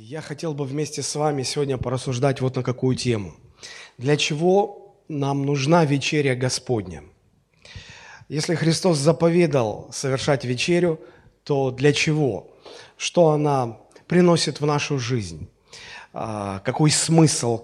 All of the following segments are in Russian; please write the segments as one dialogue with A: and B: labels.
A: Я хотел бы вместе с вами сегодня порассуждать вот на какую тему. Для чего нам нужна вечеря Господня? Если Христос заповедал совершать вечерю, то для чего? Что она приносит в нашу жизнь? Какой смысл,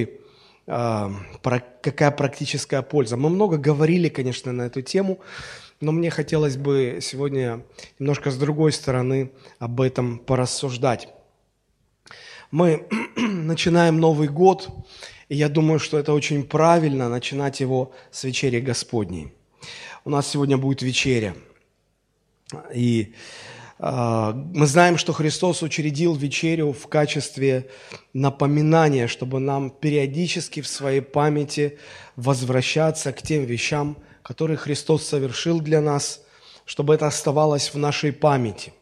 A: какая практическая польза? Мы много говорили, конечно, на эту тему, но мне хотелось бы сегодня немножко с другой стороны об этом порассуждать. Мы начинаем Новый год, и я думаю, что это очень правильно начинать его с вечери Господней. У нас сегодня будет вечеря, и мы знаем, что Христос учредил вечерю в качестве напоминания, чтобы нам периодически в своей памяти возвращаться к тем вещам, которые Христос совершил для нас, чтобы это оставалось в нашей памяти.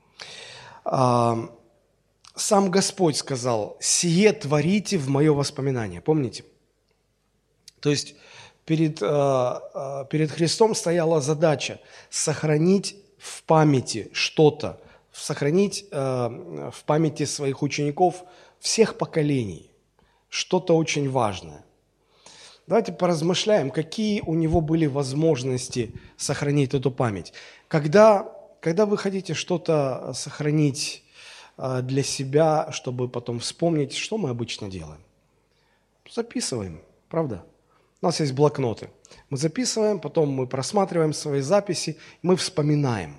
A: Сам Господь сказал: «Сие творите в мое воспоминание». Помните? То есть перед Христом стояла задача сохранить в памяти что-то, сохранить в памяти своих учеников всех поколений, что-то очень важное. Давайте поразмышляем, какие у него были возможности сохранить эту память. Когда вы хотите что-то сохранить для себя, чтобы потом вспомнить, что мы обычно делаем? Записываем, правда? У нас есть блокноты. Мы записываем, потом мы просматриваем свои записи, мы вспоминаем.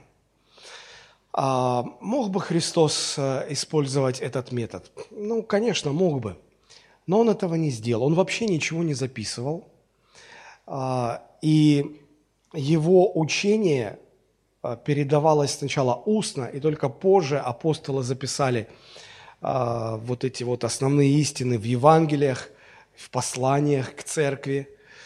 A: Мог бы Христос использовать этот метод? Ну, конечно, мог бы. Но Он этого не сделал. Он вообще ничего не записывал. И Его учение передавалось сначала устно, и только позже апостолы записали вот эти вот основные истины в Евангелиях, в посланиях к церкви.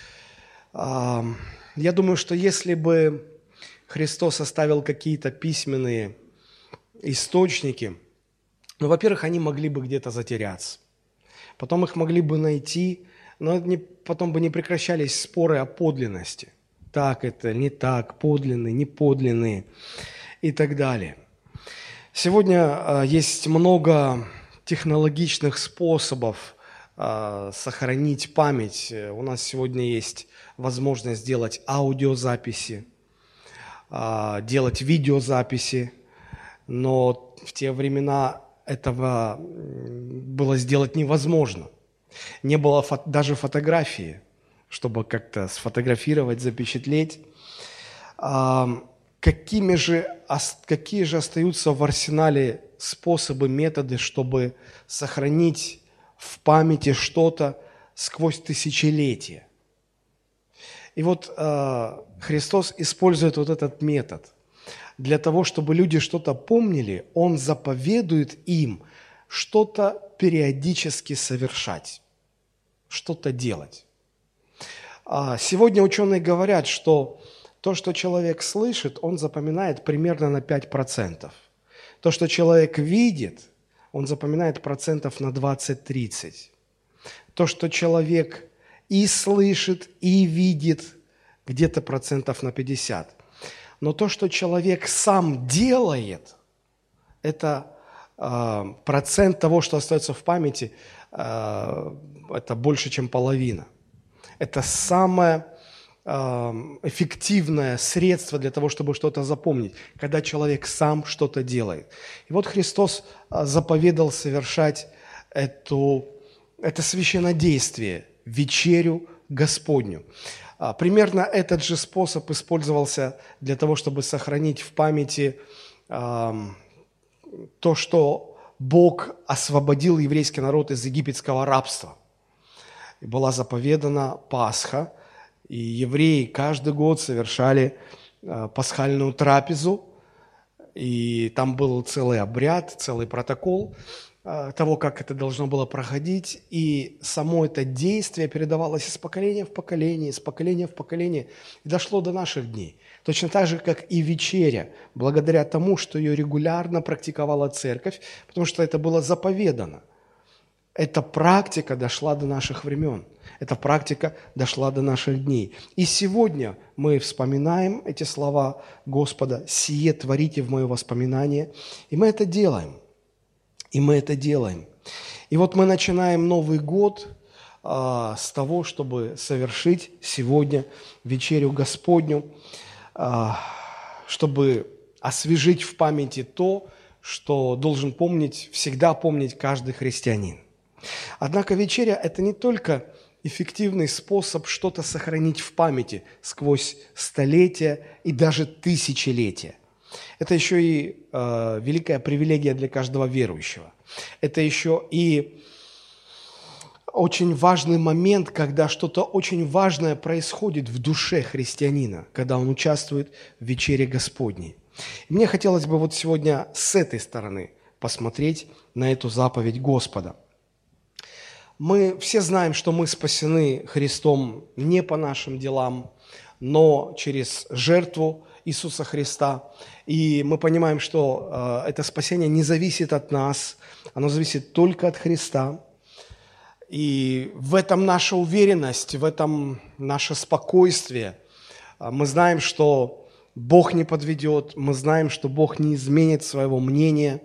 A: Я думаю, что если бы Христос оставил какие-то письменные источники, ну, во-первых, они могли бы где-то затеряться, потом их могли бы найти, но потом бы не прекращались споры о подлинности. Так это, не так, подлинные, не подлинные и так далее. Сегодня есть много технологичных способов сохранить память. У нас сегодня есть возможность сделать аудиозаписи, делать видеозаписи, но в те времена этого было сделать невозможно. Не было даже фотографии, чтобы как-то сфотографировать, запечатлеть. Какие же остаются в арсенале способы, методы, чтобы сохранить в памяти что-то сквозь тысячелетия? И вот Христос использует вот этот метод. Для того, чтобы люди что-то помнили, Он заповедует им что-то периодически совершать, что-то делать. Сегодня ученые говорят, что то, что человек слышит, он запоминает примерно на 5%. То, что человек видит, он запоминает процентов на 20-30. То, что человек и слышит, и видит, где-то процентов на 50. Но то, что человек сам делает, это процент того, что остается в памяти, это больше, чем половина. Это самое эффективное средство для того, чтобы что-то запомнить, когда человек сам что-то делает. И вот Христос заповедал совершать это священнодействие, вечерю Господню. Примерно этот же способ использовался для того, чтобы сохранить в памяти то, что Бог освободил еврейский народ из египетского рабства. И была заповедана Пасха, и евреи каждый год совершали пасхальную трапезу, и там был целый обряд, целый протокол того, как это должно было проходить, и само это действие передавалось из поколения в поколение, из поколения в поколение, и дошло до наших дней. Точно так же, как и вечеря, благодаря тому, что ее регулярно практиковала церковь, потому что это было заповедано. Эта практика дошла до наших времен. Эта практика дошла до наших дней. И сегодня мы вспоминаем эти слова Господа: «Сие творите в мое воспоминание». И мы это делаем. И мы это делаем. И вот мы начинаем Новый год с того, чтобы совершить сегодня вечерю Господню, чтобы освежить в памяти то, что должен помнить, всегда помнить каждый христианин. Однако вечеря – это не только эффективный способ что-то сохранить в памяти сквозь столетия и даже тысячелетия. Это еще и великая привилегия для каждого верующего. Это еще и очень важный момент, когда что-то очень важное происходит в душе христианина, когда он участвует в вечере Господней. И мне хотелось бы вот сегодня с этой стороны посмотреть на эту заповедь Господа. Мы все знаем, что мы спасены Христом не по нашим делам, но через жертву Иисуса Христа. И мы понимаем, что это спасение не зависит от нас, оно зависит только от Христа. И в этом наша уверенность, в этом наше спокойствие. Мы знаем, что Бог не подведет, мы знаем, что Бог не изменит своего мнения,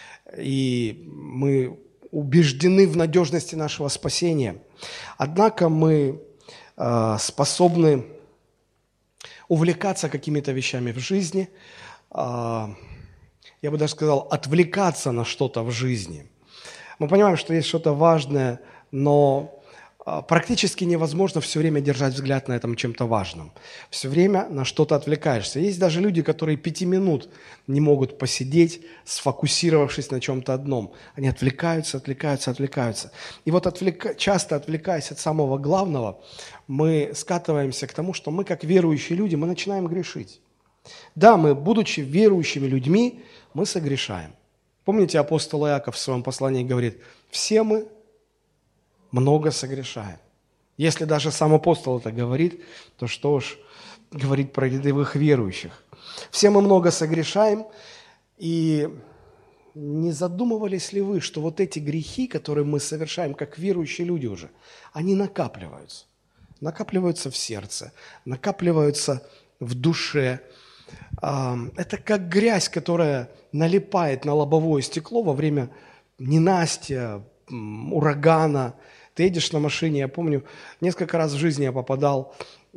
A: и мы убеждены в надежности нашего спасения. Однако мы способны увлекаться какими-то вещами в жизни, я бы даже сказал, отвлекаться на что-то в жизни. Мы понимаем, что есть что-то важное, но практически невозможно все время держать взгляд на этом чем-то важном. Все время на что-то отвлекаешься. Есть даже люди, которые 5 минут не могут посидеть, сфокусировавшись на чем-то одном. Они отвлекаются. И вот часто отвлекаясь от самого главного, мы скатываемся к тому, что мы, как верующие люди, мы начинаем грешить. Да, мы, будучи верующими людьми, мы согрешаем. Помните, апостол Иаков в своем послании говорит: все мы много согрешаем. Если даже сам апостол это говорит, то что уж говорить про рядовых верующих. Все мы много согрешаем, и не задумывались ли вы, что вот эти грехи, которые мы совершаем, как верующие люди уже, они накапливаются. Накапливаются в сердце, накапливаются в душе. Это как грязь, которая налипает на лобовое стекло во время ненастья, урагана. Ты едешь на машине, я помню, несколько раз в жизни я попадал,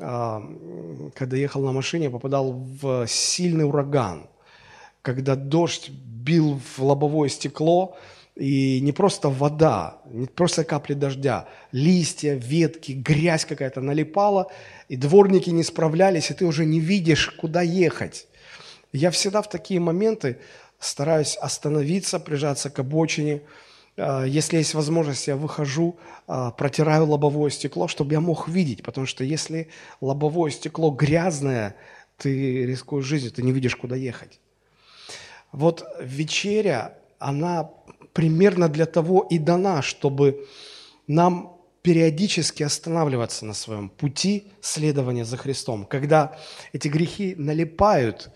A: когда ехал на машине, я попадал в сильный ураган, когда дождь бил в лобовое стекло, и не просто вода, не просто капли дождя, листья, ветки, грязь какая-то налипала, и дворники не справлялись, и ты уже не видишь, куда ехать. Я всегда в такие моменты стараюсь остановиться, прижаться к обочине. Если есть возможность, я выхожу, протираю лобовое стекло, чтобы я мог видеть, потому что если лобовое стекло грязное, ты рискуешь жизнью, ты не видишь, куда ехать. Вот вечеря, она примерно для того и дана, чтобы нам периодически останавливаться на своем пути следования за Христом. Когда эти грехи налипают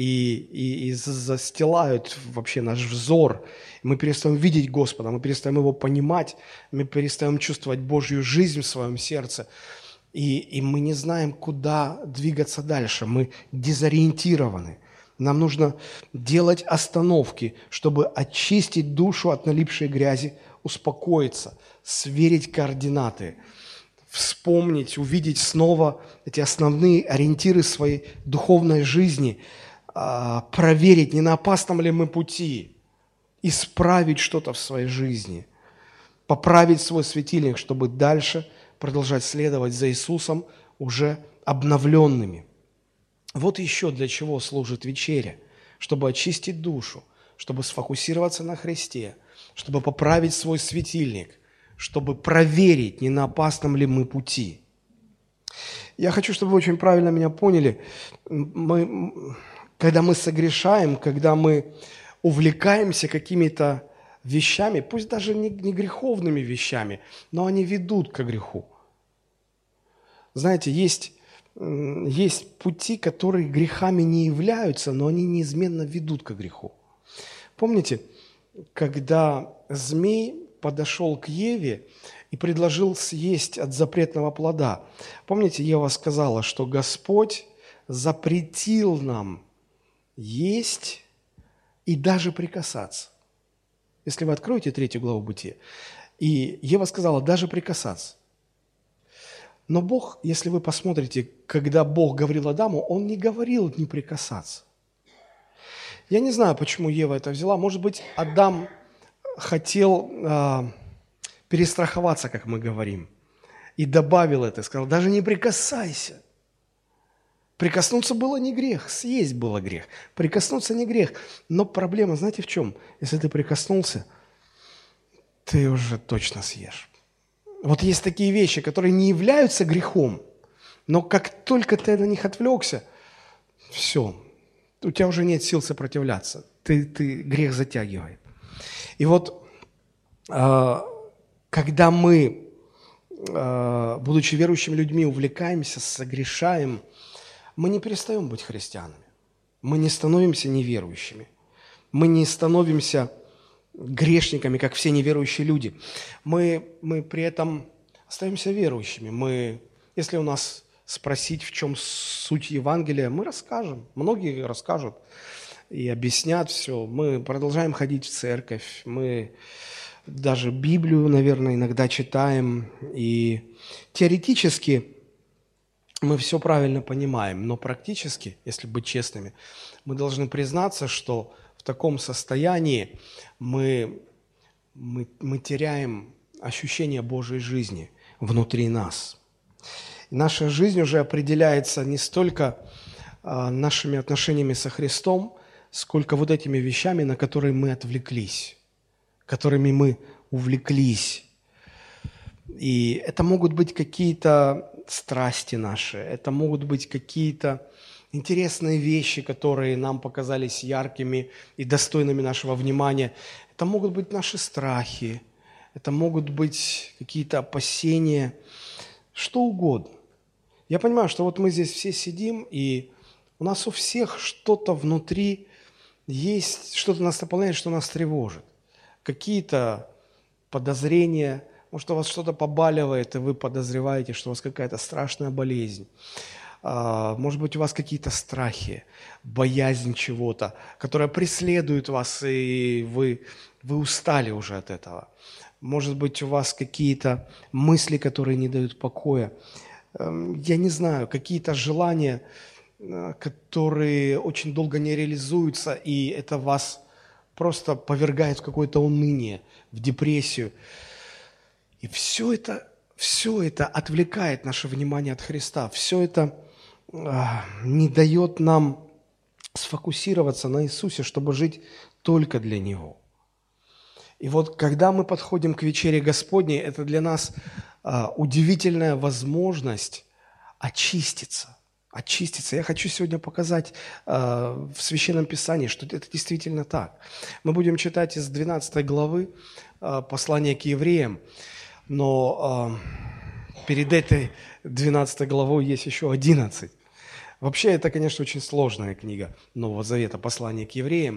A: и застилают вообще наш взор, мы перестаем видеть Господа, мы перестаем Его понимать, мы перестаем чувствовать Божью жизнь в своем сердце, и мы не знаем, куда двигаться дальше, мы дезориентированы. Нам нужно делать остановки, чтобы очистить душу от налипшей грязи, успокоиться, сверить координаты, вспомнить, увидеть снова эти основные ориентиры своей духовной жизни, проверить, не на опасном ли мы пути, исправить что-то в своей жизни, поправить свой светильник, чтобы дальше продолжать следовать за Иисусом уже обновленными. Вот еще для чего служит вечеря: чтобы очистить душу, чтобы сфокусироваться на Христе, чтобы поправить свой светильник, чтобы проверить, не на опасном ли мы пути. Я хочу, чтобы вы очень правильно меня поняли. Когда мы согрешаем, когда мы увлекаемся какими-то вещами, пусть даже не греховными вещами, но они ведут к греху. Знаете, есть пути, которые грехами не являются, но они неизменно ведут к греху. Помните, когда змей подошел к Еве и предложил съесть от запретного плода? Помните, Ева сказала, что Господь запретил нам есть и даже прикасаться. Если вы откроете 3 главу Бытия, и Ева сказала, даже прикасаться. Но Бог, если вы посмотрите, когда Бог говорил Адаму, Он не говорил не прикасаться. Я не знаю, почему Ева это взяла. Может быть, Адам хотел перестраховаться, как мы говорим, и добавил это, сказал, даже не прикасайся. Прикоснуться было не грех, съесть было грех. Прикоснуться не грех. Но проблема, знаете, в чем? Если ты прикоснулся, ты уже точно съешь. Вот есть такие вещи, которые не являются грехом, но как только ты на них отвлекся, все, у тебя уже нет сил сопротивляться. Грех затягивает. И вот, когда мы, будучи верующими людьми, увлекаемся, согрешаем, мы не перестаем быть христианами. Мы не становимся неверующими. Мы не становимся грешниками, как все неверующие люди. Мы при этом остаемся верующими. Если у нас спросить, в чем суть Евангелия, мы расскажем. Многие расскажут и объяснят все. Мы продолжаем ходить в церковь. Мы даже Библию, наверное, иногда читаем. И теоретически мы все правильно понимаем, но практически, если быть честными, мы должны признаться, что в таком состоянии мы теряем ощущение Божьей жизни внутри нас. И наша жизнь уже определяется не столько нашими отношениями со Христом, сколько вот этими вещами, на которые мы отвлеклись, которыми мы увлеклись. И это могут быть какие-то страсти наши, это могут быть какие-то интересные вещи, которые нам показались яркими и достойными нашего внимания. Это могут быть наши страхи, это могут быть какие-то опасения, что угодно. Я понимаю, что вот мы здесь все сидим, и у нас у всех что-то внутри есть, что-то нас наполняет, что нас тревожит. Какие-то подозрения, может, у вас что-то побаливает, и вы подозреваете, что у вас какая-то страшная болезнь. Может быть, у вас какие-то страхи, боязнь чего-то, которая преследует вас, и вы устали уже от этого. Может быть, у вас какие-то мысли, которые не дают покоя. Я не знаю, какие-то желания, которые очень долго не реализуются, и это вас просто повергает в какое-то уныние, в депрессию. И все это отвлекает наше внимание от Христа. Все это не дает нам сфокусироваться на Иисусе, чтобы жить только для Него. И вот когда мы подходим к вечере Господней, это для нас удивительная возможность очиститься. Я хочу сегодня показать в Священном Писании, что это действительно так. Мы будем читать из 12 главы послания к евреям, но перед этой 12 главой есть еще 11. Вообще, это, конечно, очень сложная книга Нового Завета, послание к евреям.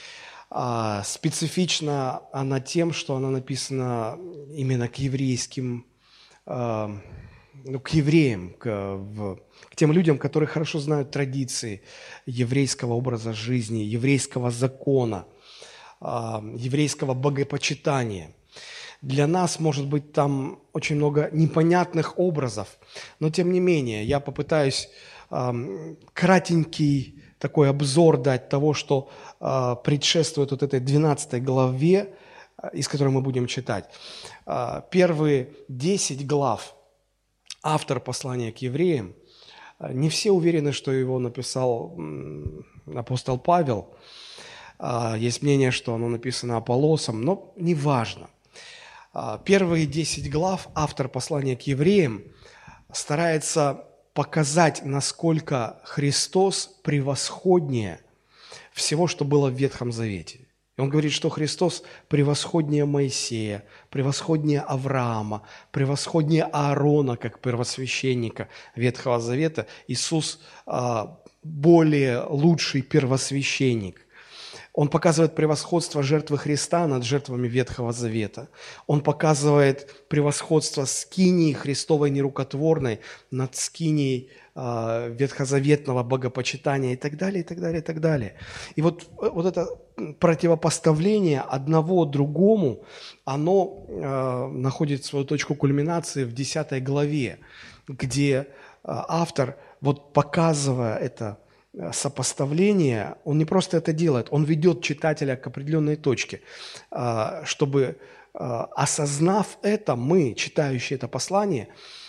A: Специфична она тем, что она написана именно к еврейским, к евреям, к тем людям, которые хорошо знают традиции еврейского образа жизни, еврейского закона, еврейского богопочитания. Для нас, может быть, там очень много непонятных образов, но тем не менее я попытаюсь кратенький такой обзор дать того, что предшествует вот этой 12 главе, из которой мы будем читать. Первые 10 глав автор послания к евреям, не все уверены, что его написал апостол Павел. Есть мнение, что оно написано Аполлосом, но неважно. Первые 10 глав автор послания к евреям старается показать, насколько Христос превосходнее всего, что было в Ветхом Завете. И он говорит, что Христос превосходнее Моисея, превосходнее Авраама, превосходнее Аарона, как первосвященника Ветхого Завета. Иисус более лучший первосвященник. Он показывает превосходство жертвы Христа над жертвами Ветхого Завета. Он показывает превосходство скинии Христовой нерукотворной над скинией ветхозаветного богопочитания и так далее, и так далее, и так далее. И вот это противопоставление одного другому, оно находит свою точку кульминации в 10 главе, где автор, вот показывая это сопоставление, он не просто это делает, он ведет читателя к определенной точке, чтобы, осознав это, мы, читающие это послание,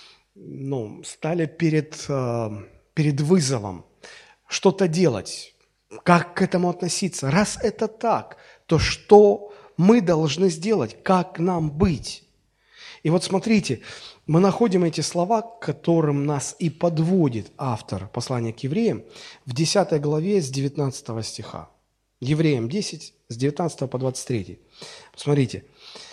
A: стали перед вызовом что-то делать, как к этому относиться. Раз это так, то что мы должны сделать, как нам быть? И вот смотрите, мы находим эти слова, к которым нас и подводит автор послания к евреям в 10 главе с 19 стиха. Евреям 10, с 19 по 23. Посмотрите,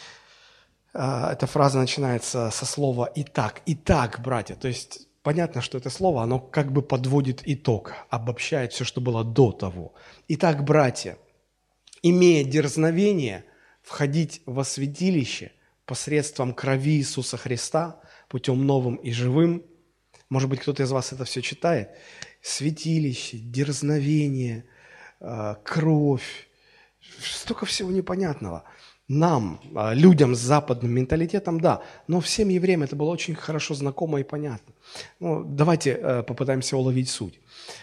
A: эта фраза начинается со слова «итак». «Итак, братья». То есть понятно, что это слово, оно как бы подводит итог, обобщает все, что было до того. «Итак, братья, имея дерзновение входить во святилище посредством крови Иисуса Христа, путем новым и живым». Может быть, кто-то из вас это все читает. Святилище, дерзновение, кровь. Столько всего непонятного. Нам, людям с западным менталитетом, да, но всем евреям это было очень хорошо знакомо и понятно. Давайте попытаемся уловить суть.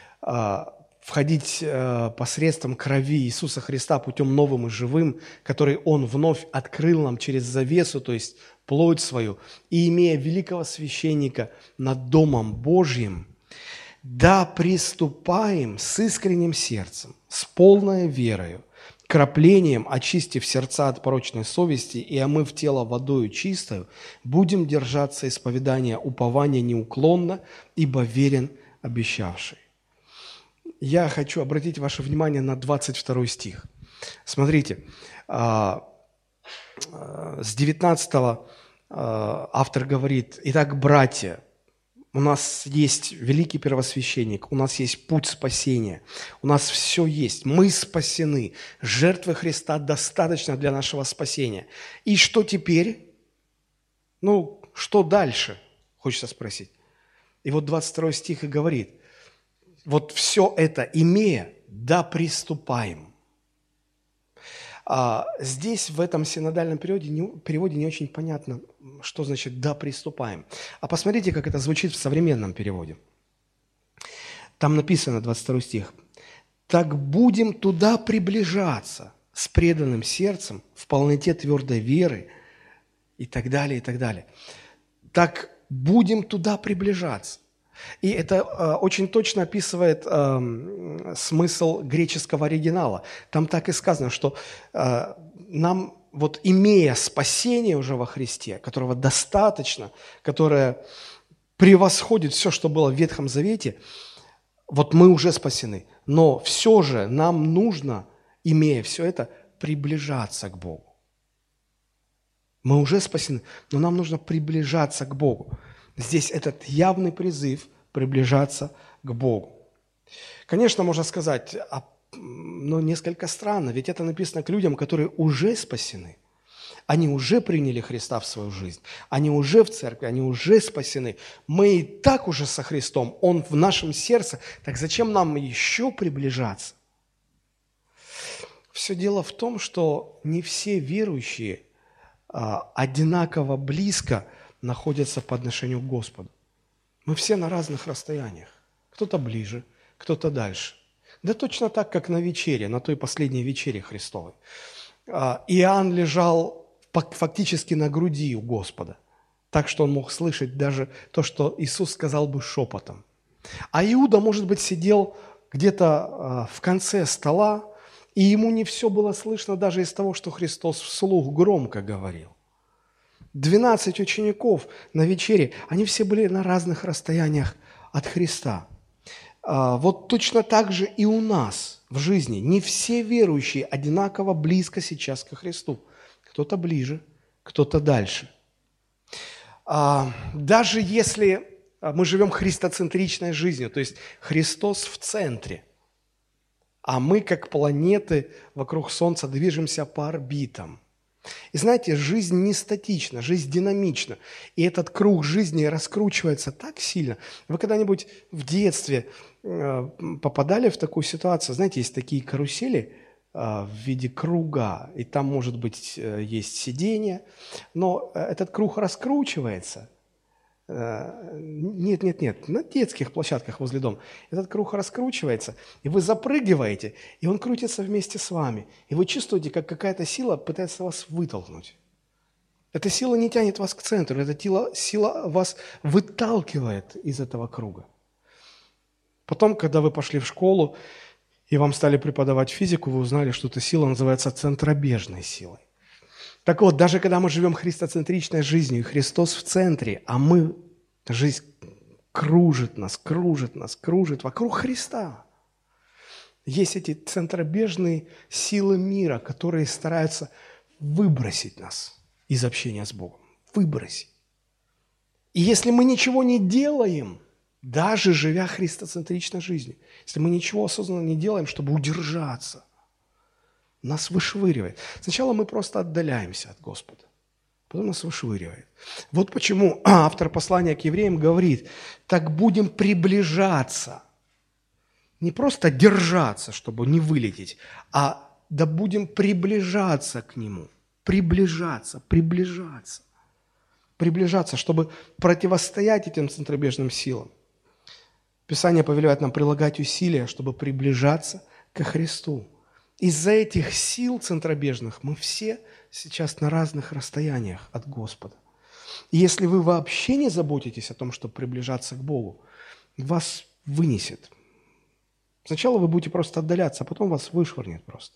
A: Входить посредством крови Иисуса Христа путем новым и живым, который Он вновь открыл нам через завесу, то есть плоть свою, и имея великого священника над Домом Божьим, да приступаем с искренним сердцем, с полной верою, краплением, очистив сердца от порочной совести и омыв тело водою чистою, будем держаться исповедания упования неуклонно, ибо верен обещавший. Я хочу обратить ваше внимание на 22 стих. Смотрите, с 19 автор говорит: «Итак, братья, у нас есть великий первосвященник, у нас есть путь спасения, у нас все есть, мы спасены, жертвы Христа достаточно для нашего спасения. И что теперь? Что дальше?» Хочется спросить. И вот 22 стих и говорит: вот все это имея, да приступаем. Здесь, в этом синодальном переводе не очень понятно, что значит «да приступаем». А посмотрите, как это звучит в современном переводе. Там написано, 22 стих: «Так будем туда приближаться с преданным сердцем, в полноте твердой веры», и так далее, и так далее. Так будем туда приближаться. И это очень точно описывает смысл греческого оригинала. Там так и сказано, что нам, вот имея спасение уже во Христе, которого достаточно, которое превосходит все, что было в Ветхом Завете, вот мы уже спасены. Но все же нам нужно, имея все это, приближаться к Богу. Мы уже спасены, но нам нужно приближаться к Богу. Здесь этот явный призыв приближаться к Богу. Конечно, можно сказать, но несколько странно, ведь это написано к людям, которые уже спасены. Они уже приняли Христа в свою жизнь, они уже в церкви, они уже спасены. Мы и так уже со Христом, Он в нашем сердце, так зачем нам еще приближаться? Все дело в том, что не все верующие одинаково близко находятся по отношению к Господу. Мы все на разных расстояниях. Кто-то ближе, кто-то дальше. Да точно так, как на вечере, на той последней вечере Христовой. Иоанн лежал фактически на груди у Господа, так что он мог слышать даже то, что Иисус сказал бы шепотом. А Иуда, может быть, сидел где-то в конце стола, и ему не все было слышно даже из того, что Христос вслух громко говорил. 12 учеников на вечере, они все были на разных расстояниях от Христа. Вот точно так же и у нас в жизни. Не все верующие одинаково близко сейчас ко Христу. Кто-то ближе, кто-то дальше. Даже если мы живем христоцентричной жизнью, то есть Христос в центре, а мы, как планеты вокруг Солнца, движемся по орбитам. И знаете, жизнь не статична, жизнь динамична. И этот круг жизни раскручивается так сильно. Вы когда-нибудь в детстве попадали в такую ситуацию? Знаете, есть такие карусели в виде круга, и там, может быть, есть сиденье, но этот круг раскручивается. Нет, на детских площадках возле дома. Этот круг раскручивается, и вы запрыгиваете, и он крутится вместе с вами. И вы чувствуете, как какая-то сила пытается вас вытолкнуть. Эта сила не тянет вас к центру, эта сила вас выталкивает из этого круга. Потом, когда вы пошли в школу, и вам стали преподавать физику, вы узнали, что эта сила называется центробежной силой. Так вот, даже когда мы живем христоцентричной жизнью, и Христос в центре, а жизнь кружит нас вокруг Христа. Есть эти центробежные силы мира, которые стараются выбросить нас из общения с Богом. Выбросить. И если мы ничего не делаем, даже живя христоцентричной жизнью, если мы ничего осознанно не делаем, чтобы удержаться, нас вышвыривает. Сначала мы просто отдаляемся от Господа, потом нас вышвыривает. Вот почему автор послания к евреям говорит, так будем приближаться. Не просто держаться, чтобы не вылететь, а да будем приближаться к Нему. Приближаться, чтобы противостоять этим центробежным силам. Писание повелевает нам прилагать усилия, чтобы приближаться ко Христу. Из-за этих сил центробежных мы все сейчас на разных расстояниях от Господа. И если вы вообще не заботитесь о том, чтобы приближаться к Богу, вас вынесет. Сначала вы будете просто отдаляться, а потом вас вышвырнет просто.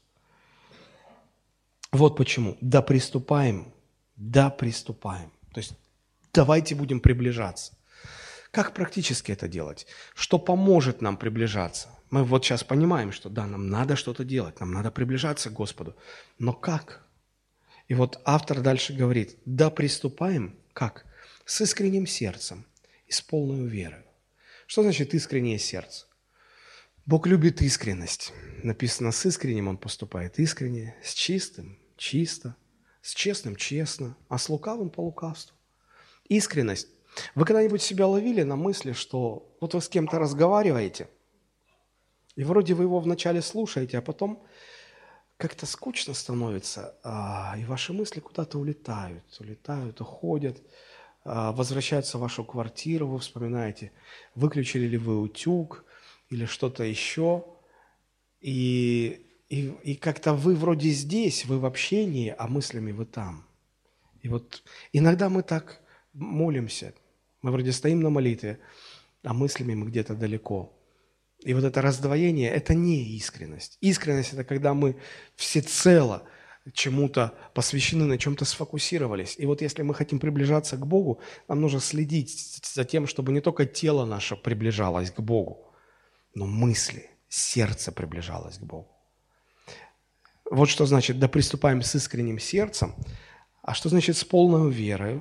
A: Вот почему. Да приступаем. То есть давайте будем приближаться. Как практически это делать? Что поможет нам приближаться? Мы вот сейчас понимаем, что да, нам надо что-то делать, нам надо приближаться к Господу. Но как? И вот автор дальше говорит, да приступаем, как? С искренним сердцем и с полной верой. Что значит искреннее сердце? Бог любит искренность. Написано, с искренним Он поступает искренне, с чистым – чисто, с честным – честно, а с лукавым – по лукавству. Искренность. Вы когда-нибудь себя ловили на мысли, что вот вы с кем-то разговариваете, и вроде вы его вначале слушаете, а потом как-то скучно становится, и ваши мысли куда-то улетают, уходят, возвращаются в вашу квартиру, вы вспоминаете, выключили ли вы утюг или что-то еще, и как-то вы вроде здесь, вы в общении, а мыслями вы там. И вот иногда мы так молимся, мы вроде стоим на молитве, а мыслями мы где-то далеко. И вот это раздвоение – это не искренность. Искренность – это когда мы всецело чему-то посвящены, на чем-то сфокусировались. И вот если мы хотим приближаться к Богу, нам нужно следить за тем, чтобы не только тело наше приближалось к Богу, но мысли, сердце приближалось к Богу. Вот что значит «да приступаем с искренним сердцем», а что значит «с полной верою»?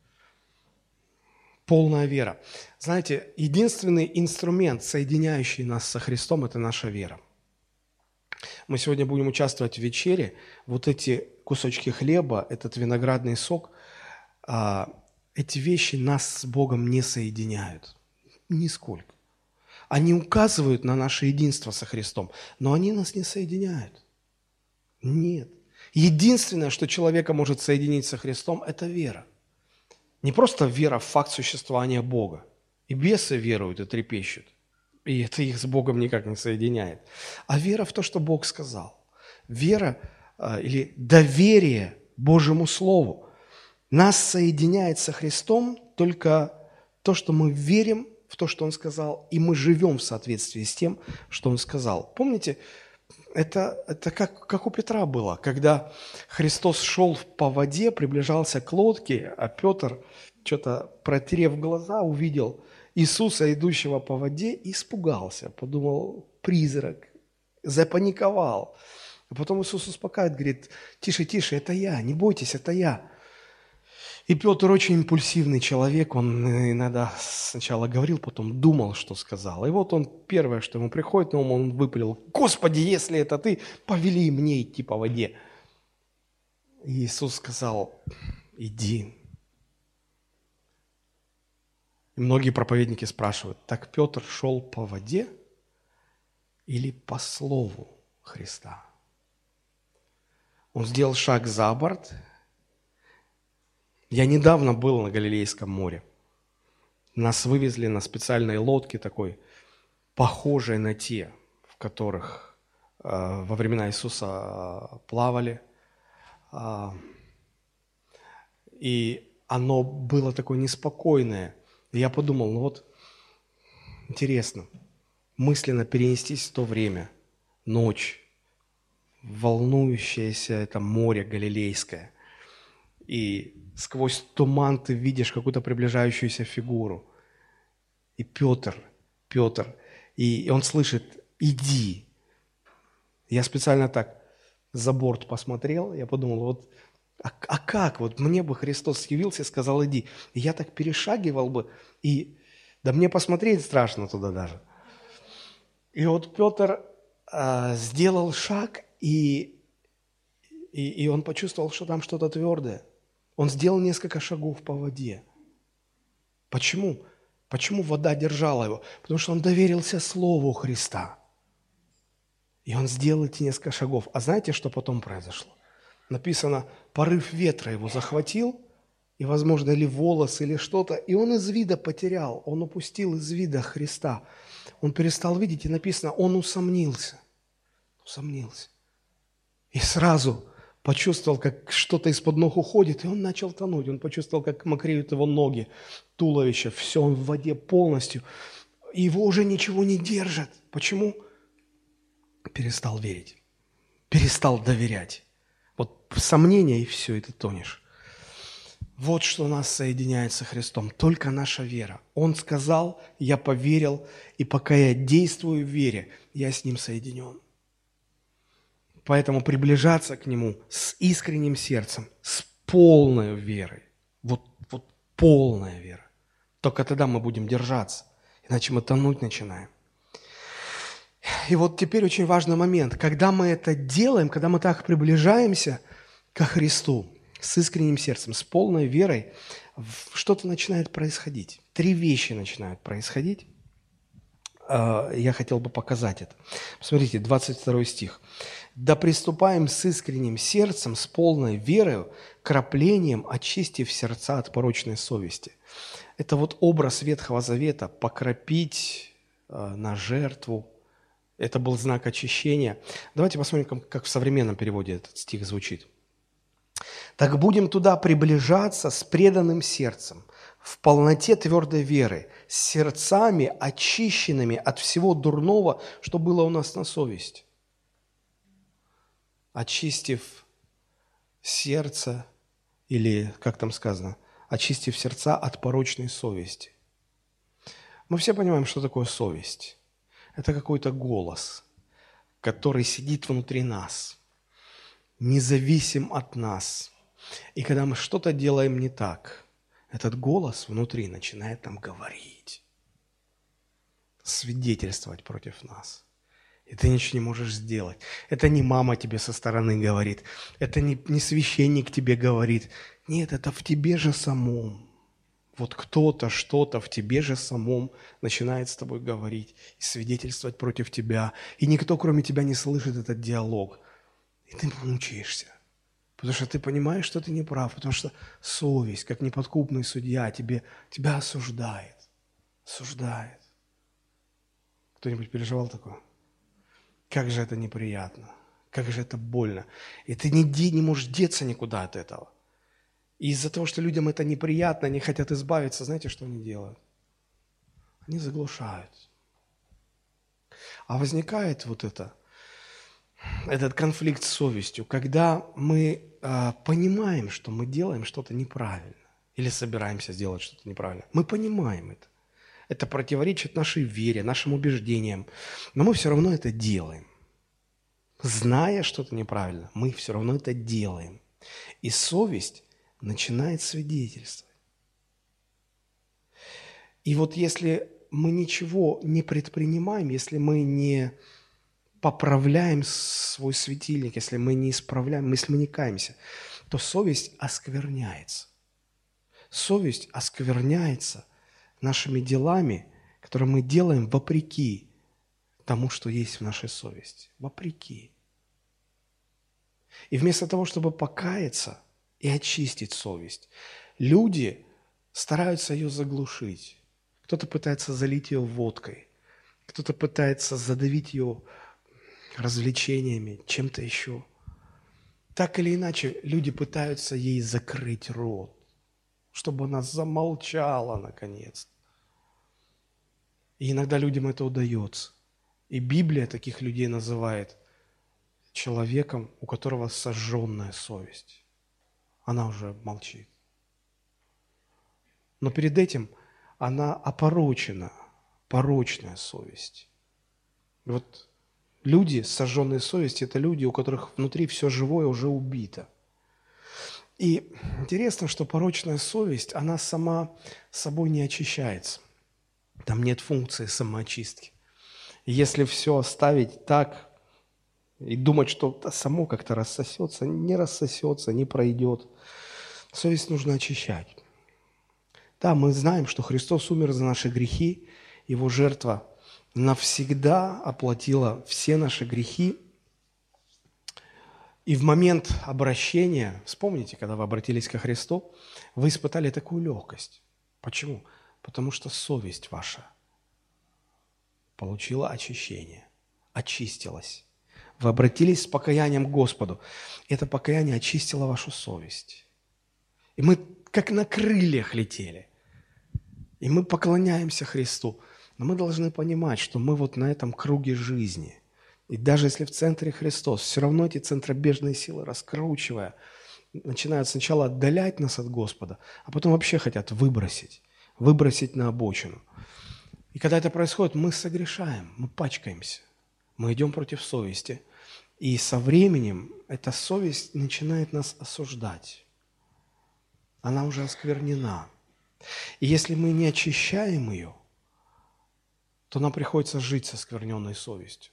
A: Полная вера. Знаете, единственный инструмент, соединяющий нас со Христом, это наша вера. Мы сегодня будем участвовать в вечере. Вот эти кусочки хлеба, этот виноградный сок, эти вещи нас с Богом не соединяют. Нисколько. Они указывают на наше единство со Христом, но они нас не соединяют. Нет. Единственное, что человека может соединить со Христом, это вера. Не просто вера в факт существования Бога. И бесы веруют и трепещут. И это их с Богом никак не соединяет. А вера в то, что Бог сказал. Вера или доверие Божьему Слову. Нас соединяет со Христом только то, что мы верим в то, что Он сказал, и мы живем в соответствии с тем, что Он сказал. Помните, это как у Петра было, когда Христос шел по воде, приближался к лодке, а Петр, что-то протерев глаза, увидел Иисуса, идущего по воде, и испугался, подумал, призрак, запаниковал. А потом Иисус успокаивает, говорит, тише, это я, не бойтесь, это я. И Петр очень импульсивный человек, он иногда сначала говорил, потом думал, что сказал. И вот он первое, что ему приходит на ум, он выпалил: «Господи, если это ты, повели мне идти по воде». И Иисус сказал: «Иди». И многие проповедники спрашивают: так Петр шел по воде или по слову Христа? Он сделал шаг за борт. Я недавно был на Галилейском море. Нас вывезли на специальной лодке такой, похожей на те, в которых во времена Иисуса плавали. И оно было такое неспокойное. И я подумал, ну вот, интересно, мысленно перенестись в то время, ночь, волнующееся это море Галилейское, и сквозь туман ты видишь какую-то приближающуюся фигуру. И Петр, и он слышит: «Иди». Я специально так за борт посмотрел, я подумал, вот, а как? Вот мне бы Христос явился и сказал: «Иди». И я так перешагивал бы, и да мне посмотреть страшно туда даже. И вот Петр сделал шаг, и он почувствовал, что там что-то твердое. Он сделал несколько шагов по воде. Почему? Почему вода держала его? Потому что он доверился Слову Христа. И он сделал эти несколько шагов. А знаете, что потом произошло? Написано, порыв ветра его захватил, и, возможно, или волос, или что-то, и он из вида потерял, он упустил из вида Христа. Он перестал видеть, и написано, он усомнился. Усомнился. И сразу почувствовал, как что-то из-под ног уходит, и он начал тонуть. Он почувствовал, как мокреют его ноги, туловище, все, он в воде полностью. И его уже ничего не держит. Почему? Перестал верить, перестал доверять. Вот сомнение, и все, и ты тонешь. Вот что нас соединяет со Христом, только наша вера. Он сказал, я поверил, и пока я действую в вере, я с Ним соединен. Поэтому приближаться к Нему с искренним сердцем, с полной верой, вот полная вера. Только тогда мы будем держаться, иначе мы тонуть начинаем. И вот теперь очень важный момент. Когда мы это делаем, когда мы так приближаемся ко Христу с искренним сердцем, с полной верой, что-то начинает происходить. 3 вещи начинают происходить. Я хотел бы показать это. Посмотрите, 22 стих. «Да приступаем с искренним сердцем, с полной верою, краплением, очистив сердца от порочной совести». Это вот образ Ветхого Завета – покропить на жертву. Это был знак очищения. Давайте посмотрим, как в современном переводе этот стих звучит. «Так будем туда приближаться с преданным сердцем, в полноте твердой веры, с сердцами, очищенными от всего дурного, что было у нас на совести». Очистив сердце, или, как там сказано, очистив сердца от порочной совести. Мы все понимаем, что такое совесть. Это какой-то голос, который сидит внутри нас, независим от нас. И когда мы что-то делаем не так, этот голос внутри начинает нам говорить, свидетельствовать против нас. И ты ничего не можешь сделать. Это не мама тебе со стороны говорит, это не священник тебе говорит. Нет, это в тебе же самом. Вот кто-то, что-то в тебе же самом начинает с тобой говорить и свидетельствовать против тебя. И никто, кроме тебя, не слышит этот диалог. И ты мучаешься. Потому что ты понимаешь, что ты не прав. Потому что совесть, как неподкупный судья, тебя осуждает. Осуждает. Кто-нибудь переживал такое? Как же это неприятно. Как же это больно. И ты не можешь деться никуда от этого. И из-за того, что людям это неприятно, они хотят избавиться, знаете, что они делают? Они заглушают. А возникает вот этот конфликт с совестью, когда мы понимаем, что мы делаем что-то неправильно, или собираемся сделать что-то неправильно. Мы понимаем это. Это противоречит нашей вере, нашим убеждениям, но мы все равно это делаем. Зная что-то неправильно, мы все равно это делаем. И совесть начинает свидетельствовать. И вот если мы ничего не предпринимаем, если мы не поправляем свой светильник, если мы не исправляем, если мы не каемся, то совесть оскверняется. Совесть оскверняется нашими делами, которые мы делаем вопреки тому, что есть в нашей совести. Вопреки. И вместо того, чтобы покаяться и очистить совесть, люди стараются ее заглушить. Кто-то пытается залить ее водкой, кто-то пытается задавить ее развлечениями, чем-то еще. Так или иначе, люди пытаются ей закрыть рот, чтобы она замолчала наконец. И иногда людям это удается. И Библия таких людей называет человеком, у которого сожженная совесть. Она уже молчит. Но перед этим она опорочена, порочная совесть. И вот люди с сожженной совестью – это люди, у которых внутри все живое уже убито. И интересно, что порочная совесть, она сама собой не очищается. Там нет функции самоочистки. И если все оставить так и думать, что само как-то рассосется, не пройдет. Совесть нужно очищать. Да, мы знаем, что Христос умер за наши грехи, Его жертва навсегда оплатила все наши грехи. И в момент обращения, вспомните, когда вы обратились ко Христу, вы испытали такую легкость. Почему? Потому что совесть ваша получила очищение, очистилась. Вы обратились с покаянием к Господу. Это покаяние очистило вашу совесть. И мы как на крыльях летели. И мы поклоняемся Христу. Но мы должны понимать, что мы вот на этом круге жизни. И даже если в центре Христос, все равно эти центробежные силы, раскручивая, начинают сначала отдалять нас от Господа, а потом вообще хотят выбросить на обочину. И когда это происходит, мы согрешаем, мы пачкаемся, мы идем против совести. И со временем эта совесть начинает нас осуждать. Она уже осквернена. И если мы не очищаем ее, то нам приходится жить со оскверненной совестью.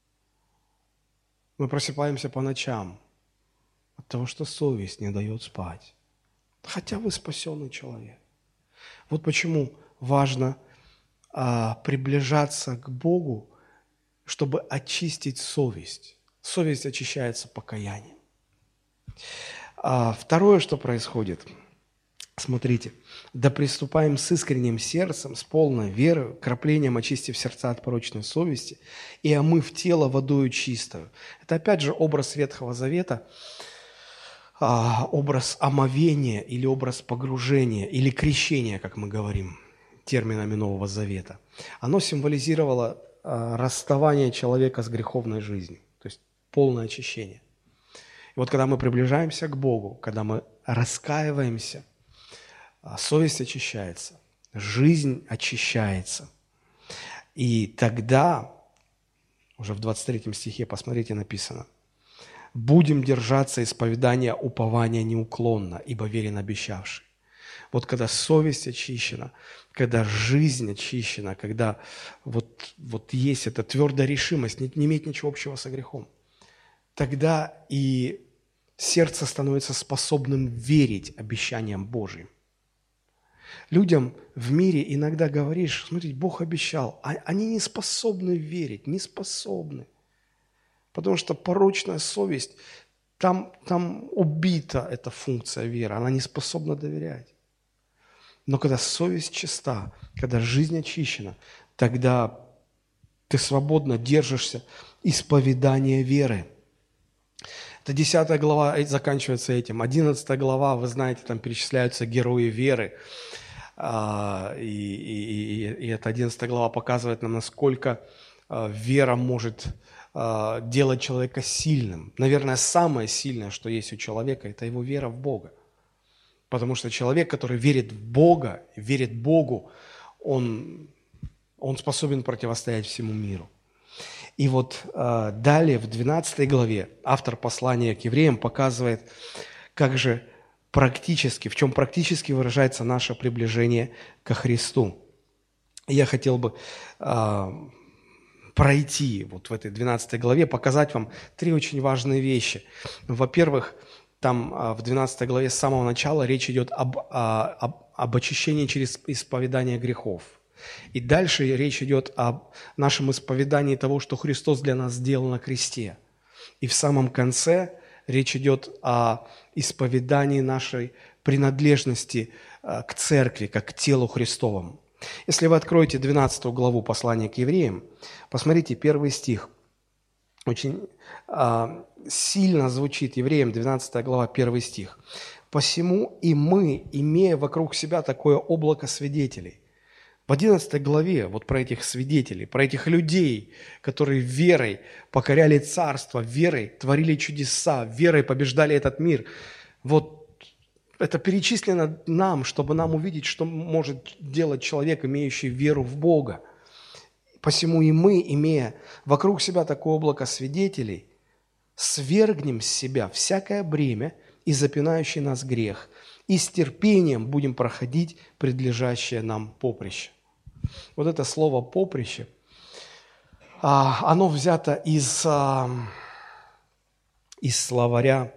A: Мы просыпаемся по ночам от того, что совесть не дает спать. Хотя вы спасенный человек. Вот почему важно приближаться к Богу, чтобы очистить совесть. Совесть очищается покаянием. Второе, что происходит, смотрите, да приступаем с искренним сердцем, с полной верой, краплением очистив сердца от порочной совести и омыв тело водою чистою. Это опять же образ Ветхого Завета, образ омовения или образ погружения или крещения, как мы говорим терминами Нового Завета. Оно символизировало расставание человека с греховной жизнью, то есть полное очищение. И вот когда мы приближаемся к Богу, когда мы раскаиваемся, совесть очищается, жизнь очищается. И тогда, уже в 23 стихе, посмотрите, написано: «Будем держаться исповедания упования неуклонно, ибо верен обещавший». Вот когда совесть очищена, когда жизнь очищена, когда вот есть эта твердая решимость не иметь ничего общего со грехом, тогда и сердце становится способным верить обещаниям Божьим. Людям в мире иногда говоришь: смотрите, Бог обещал, а они не способны верить, не способны. Потому что порочная совесть, там убита эта функция веры, она не способна доверять. Но когда совесть чиста, когда жизнь очищена, тогда ты свободно держишься исповедания веры. Это 10 глава заканчивается этим. 11 глава, вы знаете, там перечисляются герои веры. И эта 11 глава показывает нам, насколько вера может делать человека сильным. Наверное, самое сильное, что есть у человека, это его вера в Бога. Потому что человек, который верит в Бога, верит Богу, он способен противостоять всему миру. И вот далее, в 12 главе, автор послания к евреям показывает, как же практически, в чем практически выражается наше приближение ко Христу. Я хотел бы пройти вот в этой 12 главе, показать вам три очень важные вещи. Во-первых, там в 12 главе с самого начала речь идет об очищении через исповедание грехов. И дальше речь идет о нашем исповедании того, что Христос для нас сделал на кресте. И в самом конце речь идет о исповедании нашей принадлежности к церкви, как к телу Христовому. Если вы откроете 12 главу послания к евреям, посмотрите, 1 стих. Очень сильно звучит евреям, 12 глава, 1 стих. «Посему и мы, имея вокруг себя такое облако свидетелей». В 11 главе вот про этих свидетелей, про этих людей, которые верой покоряли царство, верой творили чудеса, верой побеждали этот мир. Вот это перечислено нам, чтобы нам увидеть, что может делать человек, имеющий веру в Бога. Посему и мы, имея вокруг себя такое облако свидетелей, свергнем с себя всякое бремя и запинающий нас грех, и с терпением будем проходить предлежащее нам поприще. Вот это слово «поприще», оно взято из словаря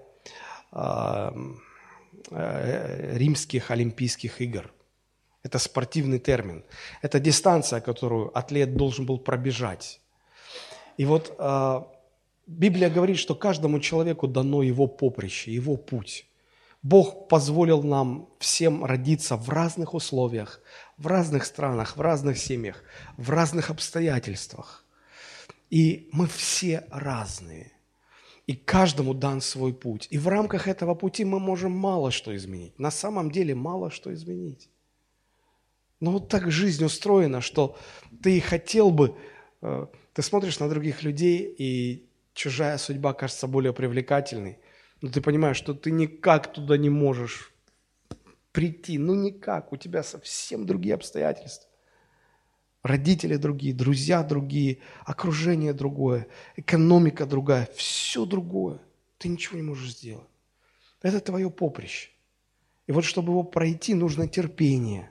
A: римских Олимпийских игр. Это спортивный термин. Это дистанция, которую атлет должен был пробежать. И вот Библия говорит, что каждому человеку дано его поприще, его путь. Бог позволил нам всем родиться в разных условиях, в разных странах, в разных семьях, в разных обстоятельствах. И мы все разные. И каждому дан свой путь. И в рамках этого пути мы можем мало что изменить. На самом деле мало что изменить. Но вот так жизнь устроена, что ты хотел бы, ты смотришь на других людей, и чужая судьба кажется более привлекательной, но ты понимаешь, что ты никак туда не можешь прийти, ну никак, у тебя совсем другие обстоятельства. Родители другие, друзья другие, окружение другое, экономика другая, все другое. Ты ничего не можешь сделать. Это твое поприще. И вот чтобы его пройти, нужно терпение.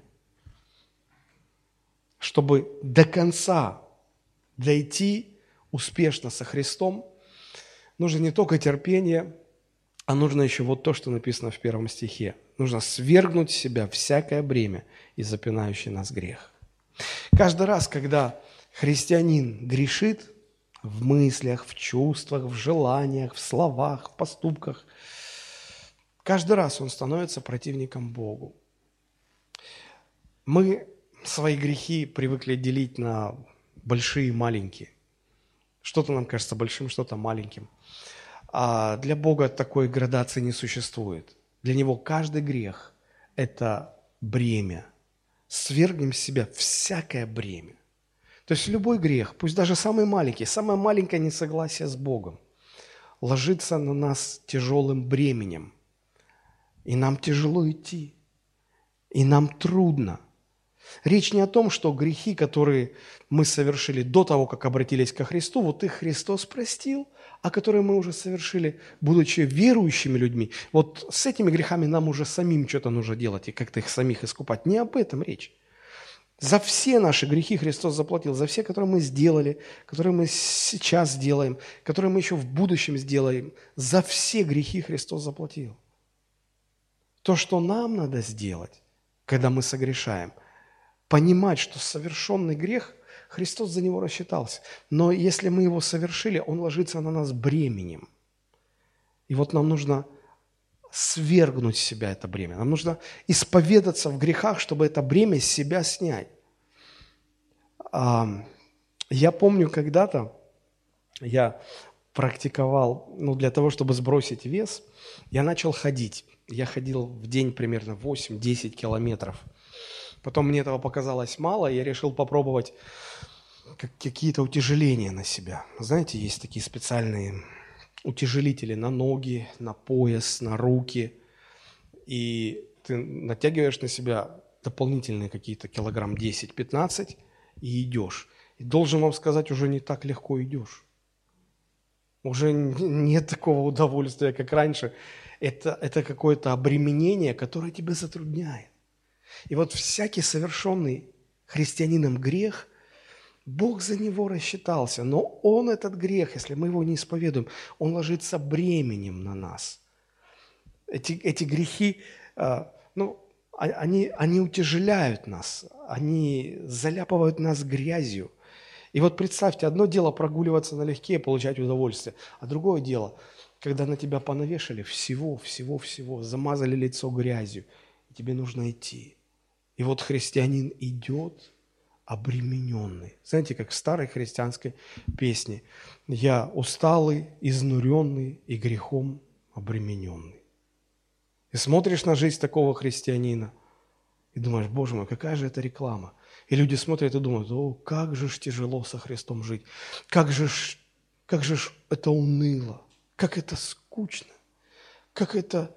A: Чтобы до конца дойти успешно со Христом, нужно не только терпение, а нужно еще вот то, что написано в 1 стихе. Нужно свергнуть с себя всякое бремя и запинающий нас грех. Каждый раз, когда христианин грешит в мыслях, в чувствах, в желаниях, в словах, в поступках, каждый раз он становится противником Богу. Мы свои грехи привыкли делить на большие и маленькие. Что-то нам кажется большим, что-то маленьким. А для Бога такой градации не существует. Для Него каждый грех – это бремя. Свергнем с себя всякое бремя. То есть любой грех, пусть даже самый маленький, самое маленькое несогласие с Богом, ложится на нас тяжелым бременем. И нам тяжело идти. И нам трудно. Речь не о том, что грехи, которые мы совершили до того, как обратились ко Христу, вот их Христос простил, а которые мы уже совершили, будучи верующими людьми, вот с этими грехами нам уже самим что-то нужно делать и как-то их самих искупать. Не об этом речь. За все наши грехи Христос заплатил, за все, которые мы сделали, которые мы сейчас делаем, которые мы еще в будущем сделаем. За все грехи Христос заплатил. То, что нам надо сделать, когда мы согрешаем – понимать, что совершенный грех, Христос за него рассчитался. Но если мы его совершили, он ложится на нас бременем. И вот нам нужно свергнуть с себя это бремя. Нам нужно исповедаться в грехах, чтобы это бремя с себя снять. Я помню, когда-то я практиковал, для того, чтобы сбросить вес, я начал ходить. Я ходил в день примерно 8-10 километров. Потом мне этого показалось мало, и я решил попробовать какие-то утяжеления на себя. Знаете, есть такие специальные утяжелители на ноги, на пояс, на руки. И ты натягиваешь на себя дополнительные какие-то килограмм 10-15 и идешь. И должен вам сказать, уже не так легко идешь. Уже нет такого удовольствия, как раньше. это какое-то обременение, которое тебя затрудняет. И вот всякий совершенный христианином грех, Бог за него рассчитался, но он этот грех, если мы его не исповедуем, он ложится бременем на нас. Эти грехи, они утяжеляют нас, они заляпывают нас грязью. И вот представьте, одно дело прогуливаться налегке и получать удовольствие, а другое дело, когда на тебя понавешали всего, замазали лицо грязью, и тебе нужно идти. И вот христианин идет обремененный. Знаете, как в старой христианской песне: «Я усталый, изнуренный и грехом обремененный». И смотришь на жизнь такого христианина и думаешь: Боже мой, какая же это реклама. И люди смотрят и думают: о, как же ж тяжело со Христом жить, как же ж это уныло, как это скучно, как это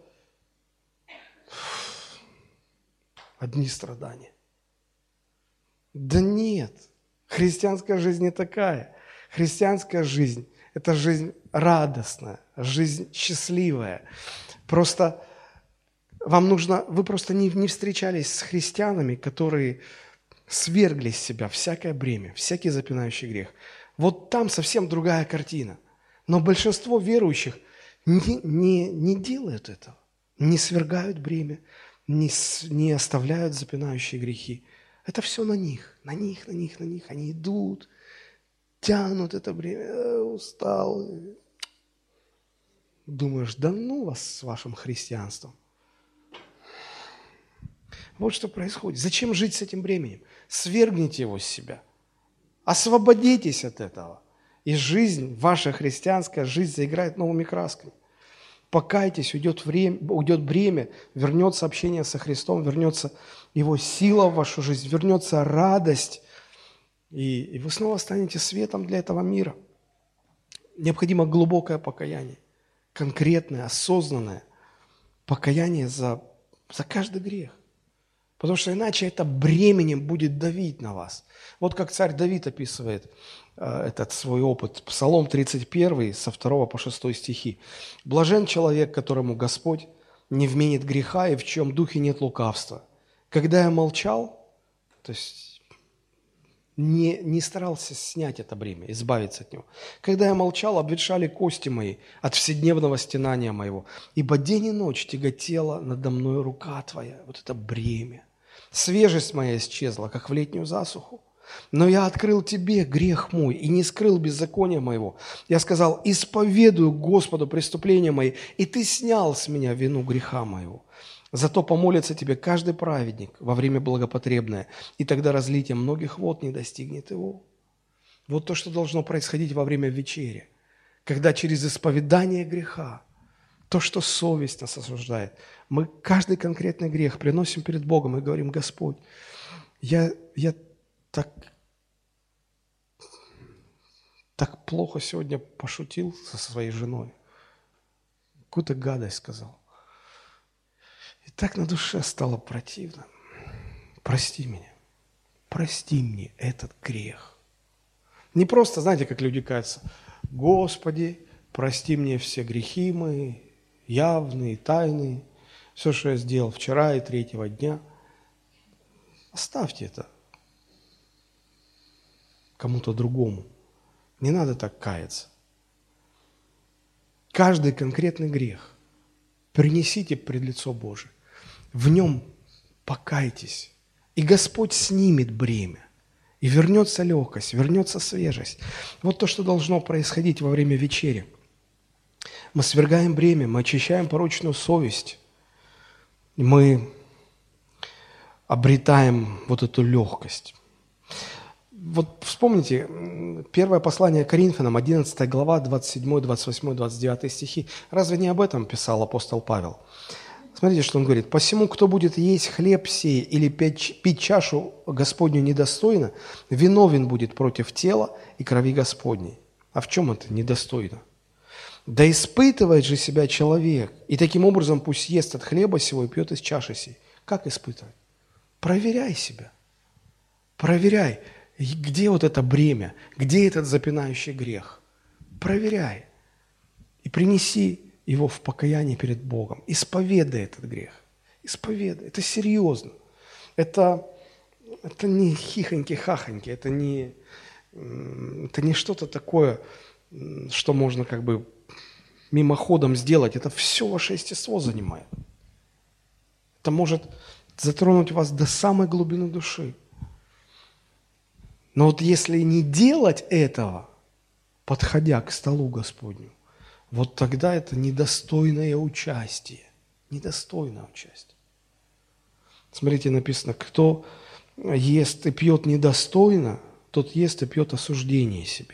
A: одни страдания. Да нет, христианская жизнь не такая. Христианская жизнь – это жизнь радостная, жизнь счастливая. Просто вы просто не встречались с христианами, которые свергли с себя всякое бремя, всякий запинающий грех. Вот там совсем другая картина. Но большинство верующих не делают этого, не свергают бремя, не оставляют запинающие грехи. Это все на них. Они идут, тянут это бремя, устал. Думаешь: да ну вас с вашим христианством. Вот что происходит. Зачем жить с этим бременем? Свергните его с себя. Освободитесь от этого. И жизнь, ваша христианская жизнь заиграет новыми красками. Покайтесь, уйдет бремя, вернется общение со Христом, вернется Его сила в вашу жизнь, вернется радость, и вы снова станете светом для этого мира. Необходимо глубокое покаяние, конкретное, осознанное покаяние за каждый грех. Потому что иначе это бременем будет давить на вас. Вот как царь Давид описывает этот свой опыт. Псалом 31, со 2 по 6 стихи. «Блажен человек, которому Господь не вменит греха, и в чьем духе нет лукавства. Когда я молчал», то есть не старался снять это бремя, избавиться от него. «Когда я молчал, обветшали кости мои от вседневного стенания моего, ибо день и ночь тяготела надо мной рука твоя». Вот это бремя. «Свежесть моя исчезла, как в летнюю засуху. Но я открыл тебе грех мой и не скрыл беззакония моего. Я сказал: исповедую Господу преступления мои, и ты снял с меня вину греха моего. Зато помолится тебе каждый праведник во время благопотребное, и тогда разлитие многих вод не достигнет его». Вот то, что должно происходить во время вечери, когда через исповедание греха, то, что совесть нас осуждает, мы каждый конкретный грех приносим перед Богом и говорим: Господь, я так плохо сегодня пошутил со своей женой, какую-то гадость сказал. И так на душе стало противно. Прости меня, прости мне этот грех. Не просто, знаете, как люди каются: Господи, прости мне все грехи мои, явные, тайные, все, что я сделал вчера и третьего дня. Оставьте это кому-то другому. Не надо так каяться. Каждый конкретный грех принесите пред лицо Божие. В нем покайтесь, и Господь снимет бремя. И вернется легкость, вернется свежесть. Вот то, что должно происходить во время вечери. Мы свергаем бремя, мы очищаем порочную совесть. Мы обретаем вот эту легкость. Вот вспомните, первое послание Коринфянам, 11 глава, 27, 28, 29 стихи. Разве не об этом писал апостол Павел? Смотрите, что он говорит. «Посему, кто будет есть хлеб сей или пить чашу Господню недостойно, виновен будет против тела и крови Господней». А в чем это недостойно? «Да испытывает же себя человек, и таким образом пусть ест от хлеба сего и пьет из чаши сей». Как испытывать? Проверяй себя. Проверяй, где вот это бремя, где этот запинающий грех. Проверяй. И принеси его в покаянии перед Богом. Исповедай этот грех. Исповедай. Это серьезно. Это не хихоньки-хахоньки, это не что-то такое, что можно как бы мимоходом сделать. Это все ваше естество занимает. Это может затронуть вас до самой глубины души. Но вот если не делать этого, подходя к столу Господню, вот тогда это недостойное участие. Недостойное участие. Смотрите, написано, кто ест и пьет недостойно, тот ест и пьет осуждение себе.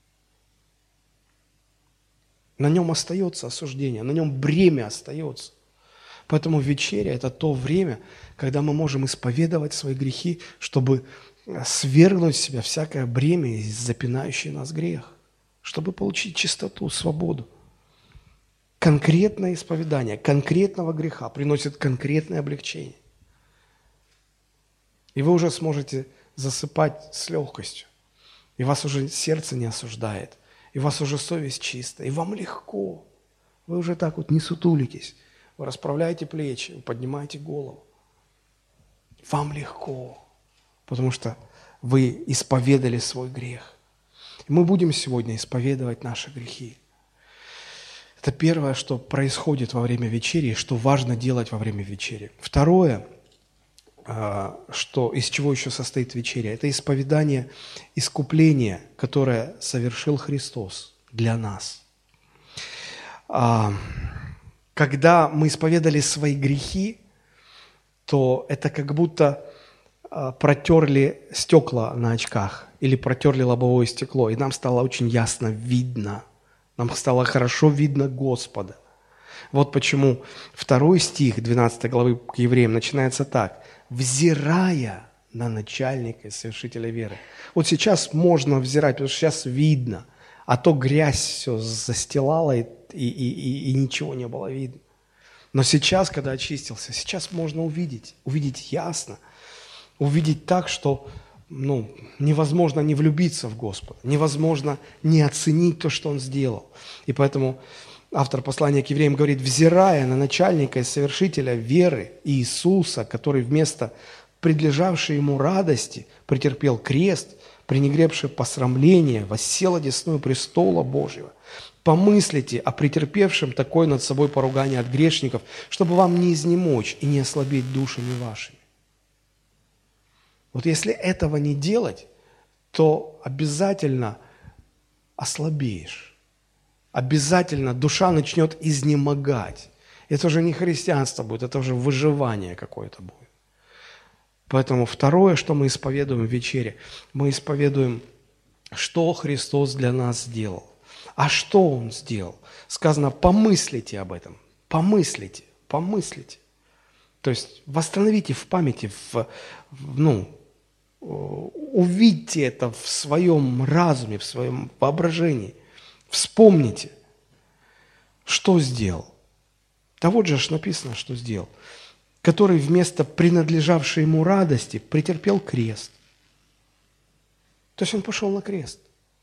A: На нем остается осуждение, на нем бремя остается. Поэтому вечеря – это то время, когда мы можем исповедовать свои грехи, чтобы свергнуть с себя всякое бремя и запинающий нас грех, чтобы получить чистоту, свободу. Конкретное исповедание конкретного греха приносит конкретное облегчение. И вы уже сможете засыпать с легкостью. И вас уже сердце не осуждает. И у вас уже совесть чистая. И вам легко. Вы уже так вот не сутулитесь. Вы расправляете плечи, вы поднимаете голову. Вам легко. Потому что вы исповедали свой грех. И мы будем сегодня исповедовать наши грехи. Это первое, что происходит во время вечери, что важно делать во время вечери. Второе, из чего еще состоит вечеря, это исповедание искупления, которое совершил Христос для нас. Когда мы исповедали свои грехи, то это как будто протерли стекла на очках или протерли лобовое стекло, и нам стало очень ясно видно, нам стало хорошо видно Господа. Вот почему 2 стих 12 главы к Евреям начинается так. «Взирая на начальника и совершителя веры». Вот сейчас можно взирать, потому что сейчас видно, а то грязь все застилала, и ничего не было видно. Но сейчас, когда очистился, сейчас можно увидеть ясно, увидеть так, что невозможно не влюбиться в Господа, невозможно не оценить то, что Он сделал. И поэтому автор послания к евреям говорит, взирая на начальника и совершителя веры Иисуса, который вместо предлежавшей ему радости претерпел крест, пренебрегший посрамление, воссел одесную престола Божьего. Помыслите о претерпевшем такое над собой поругание от грешников, чтобы вам не изнемочь и не ослабеть душами вашими. Вот если этого не делать, то обязательно ослабеешь. Обязательно душа начнет изнемогать. Это уже не христианство будет, это уже выживание какое-то будет. Поэтому второе, что мы исповедуем в вечере, мы исповедуем, что Христос для нас сделал. А что Он сделал? Сказано, помыслите об этом. Помыслите. То есть восстановите в памяти, увидьте это в своем разуме, в своем воображении. Вспомните, что сделал. Да вот же написано, что сделал. Который вместо принадлежавшей ему радости претерпел крест. То есть он пошел на крест.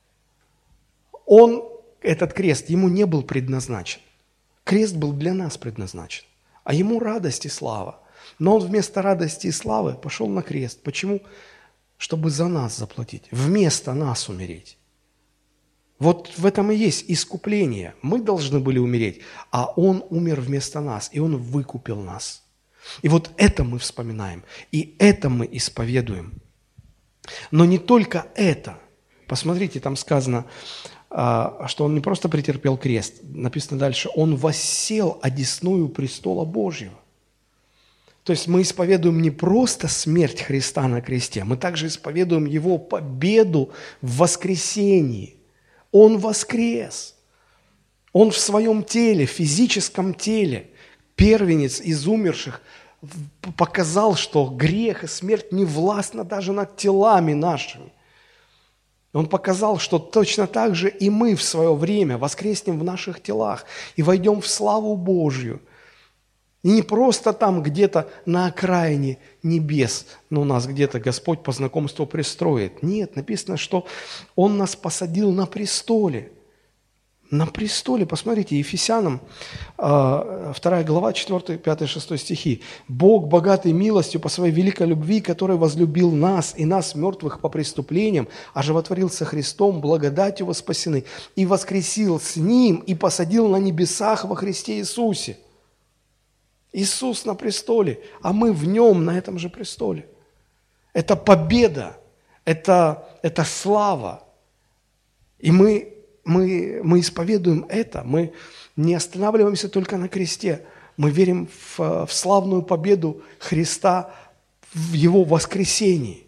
A: Этот крест ему не был предназначен. Крест был для нас предназначен. А ему радость и слава. Но он вместо радости и славы пошел на крест. Почему? Чтобы за нас заплатить. Вместо нас умереть. Вот в этом и есть искупление. Мы должны были умереть, а Он умер вместо нас, и Он выкупил нас. И вот это мы вспоминаем, и это мы исповедуем. Но не только это. Посмотрите, там сказано, что Он не просто претерпел крест. Написано дальше, Он воссел одесную престола Божьего. То есть мы исповедуем не просто смерть Христа на кресте, мы также исповедуем Его победу в воскресении. Он воскрес. Он в своем теле, в физическом теле, первенец из умерших, показал, что грех и смерть не властны даже над телами нашими. Он показал, что точно так же и мы в свое время воскреснем в наших телах и войдем в славу Божью. И не просто там где-то на окраине небес, но нас где-то Господь по знакомству пристроит. Нет, написано, что Он нас посадил на престоле. На престоле, посмотрите, Ефесянам, 2 глава, 4, 5, 6 стихи. «Бог, богатый милостью по своей великой любви, который возлюбил нас и нас, мертвых по преступлениям, оживотворил со Христом, благодатью вы спасены, и воскресил с Ним, и посадил на небесах во Христе Иисусе». Иисус на престоле, а мы в Нем, на этом же престоле. Это победа, это слава. И мы исповедуем это, мы не останавливаемся только на кресте, мы верим в славную победу Христа, в Его воскресении.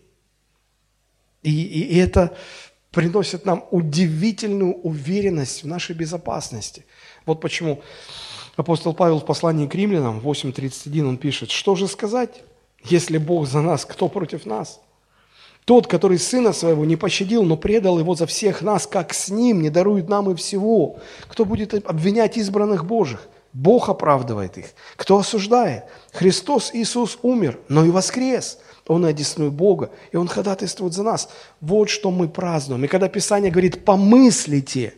A: И это приносит нам удивительную уверенность в нашей безопасности. Вот почему апостол Павел в послании к Римлянам 8:31 он пишет: «Что же сказать, если Бог за нас, кто против нас? Тот, который Сына Своего не пощадил, но предал Его за всех нас, как с Ним не дарует нам и всего. Кто будет обвинять избранных Божьих? Бог оправдывает их. Кто осуждает? Христос Иисус умер, но и воскрес. Он и одесную Бога, и Он ходатайствует за нас». Вот что мы празднуем. И когда Писание говорит «помыслите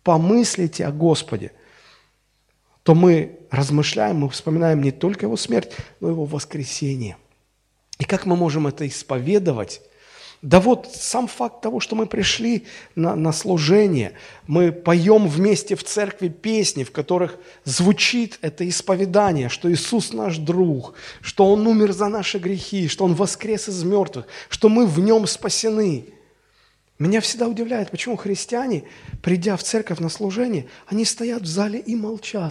A: о Господе», то мы размышляем, мы вспоминаем не только Его смерть, но и Его воскресение. И как мы можем это исповедовать? Да вот сам факт того, что мы пришли на служение, мы поем вместе в церкви песни, в которых звучит это исповедание, что Иисус наш друг, что Он умер за наши грехи, что Он воскрес из мертвых, что мы в Нем спасены. Меня всегда удивляет, почему христиане, придя в церковь на служение, они стоят в зале и молчат.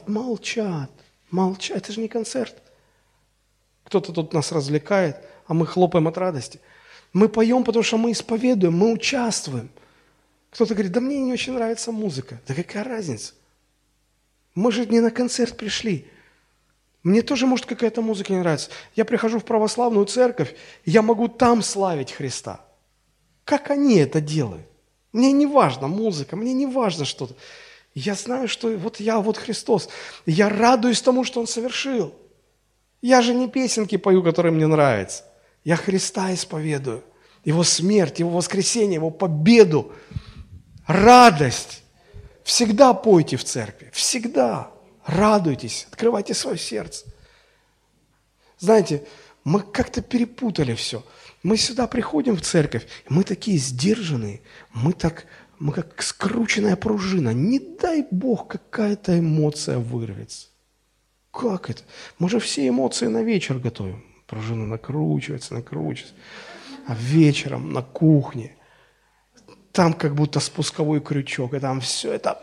A: Это же не концерт. Кто-то тут нас развлекает, а мы хлопаем от радости. Мы поем, потому что мы исповедуем, мы участвуем. Кто-то говорит: да мне не очень нравится музыка. Да какая разница? Мы же не на концерт пришли. Мне тоже, может, какая-то музыка не нравится. Я прихожу в православную церковь, я могу там славить Христа. Как они это делают? Мне не важна музыка, мне не важно что-то. Я знаю, что вот я, вот Христос. Я радуюсь тому, что Он совершил. Я же не песенки пою, которые мне нравятся. Я Христа исповедую, Его смерть, Его воскресение, Его победу, радость. Всегда пойте в церкви, всегда радуйтесь, открывайте свое сердце. Знаете, мы как-то перепутали все. Мы сюда приходим в церковь, мы такие сдержанные, мы как скрученная пружина. Не дай Бог, какая-то эмоция вырвется. Как это? Мы же все эмоции на вечер готовим. Пружина накручивается. А вечером на кухне, там как будто спусковой крючок, и там все это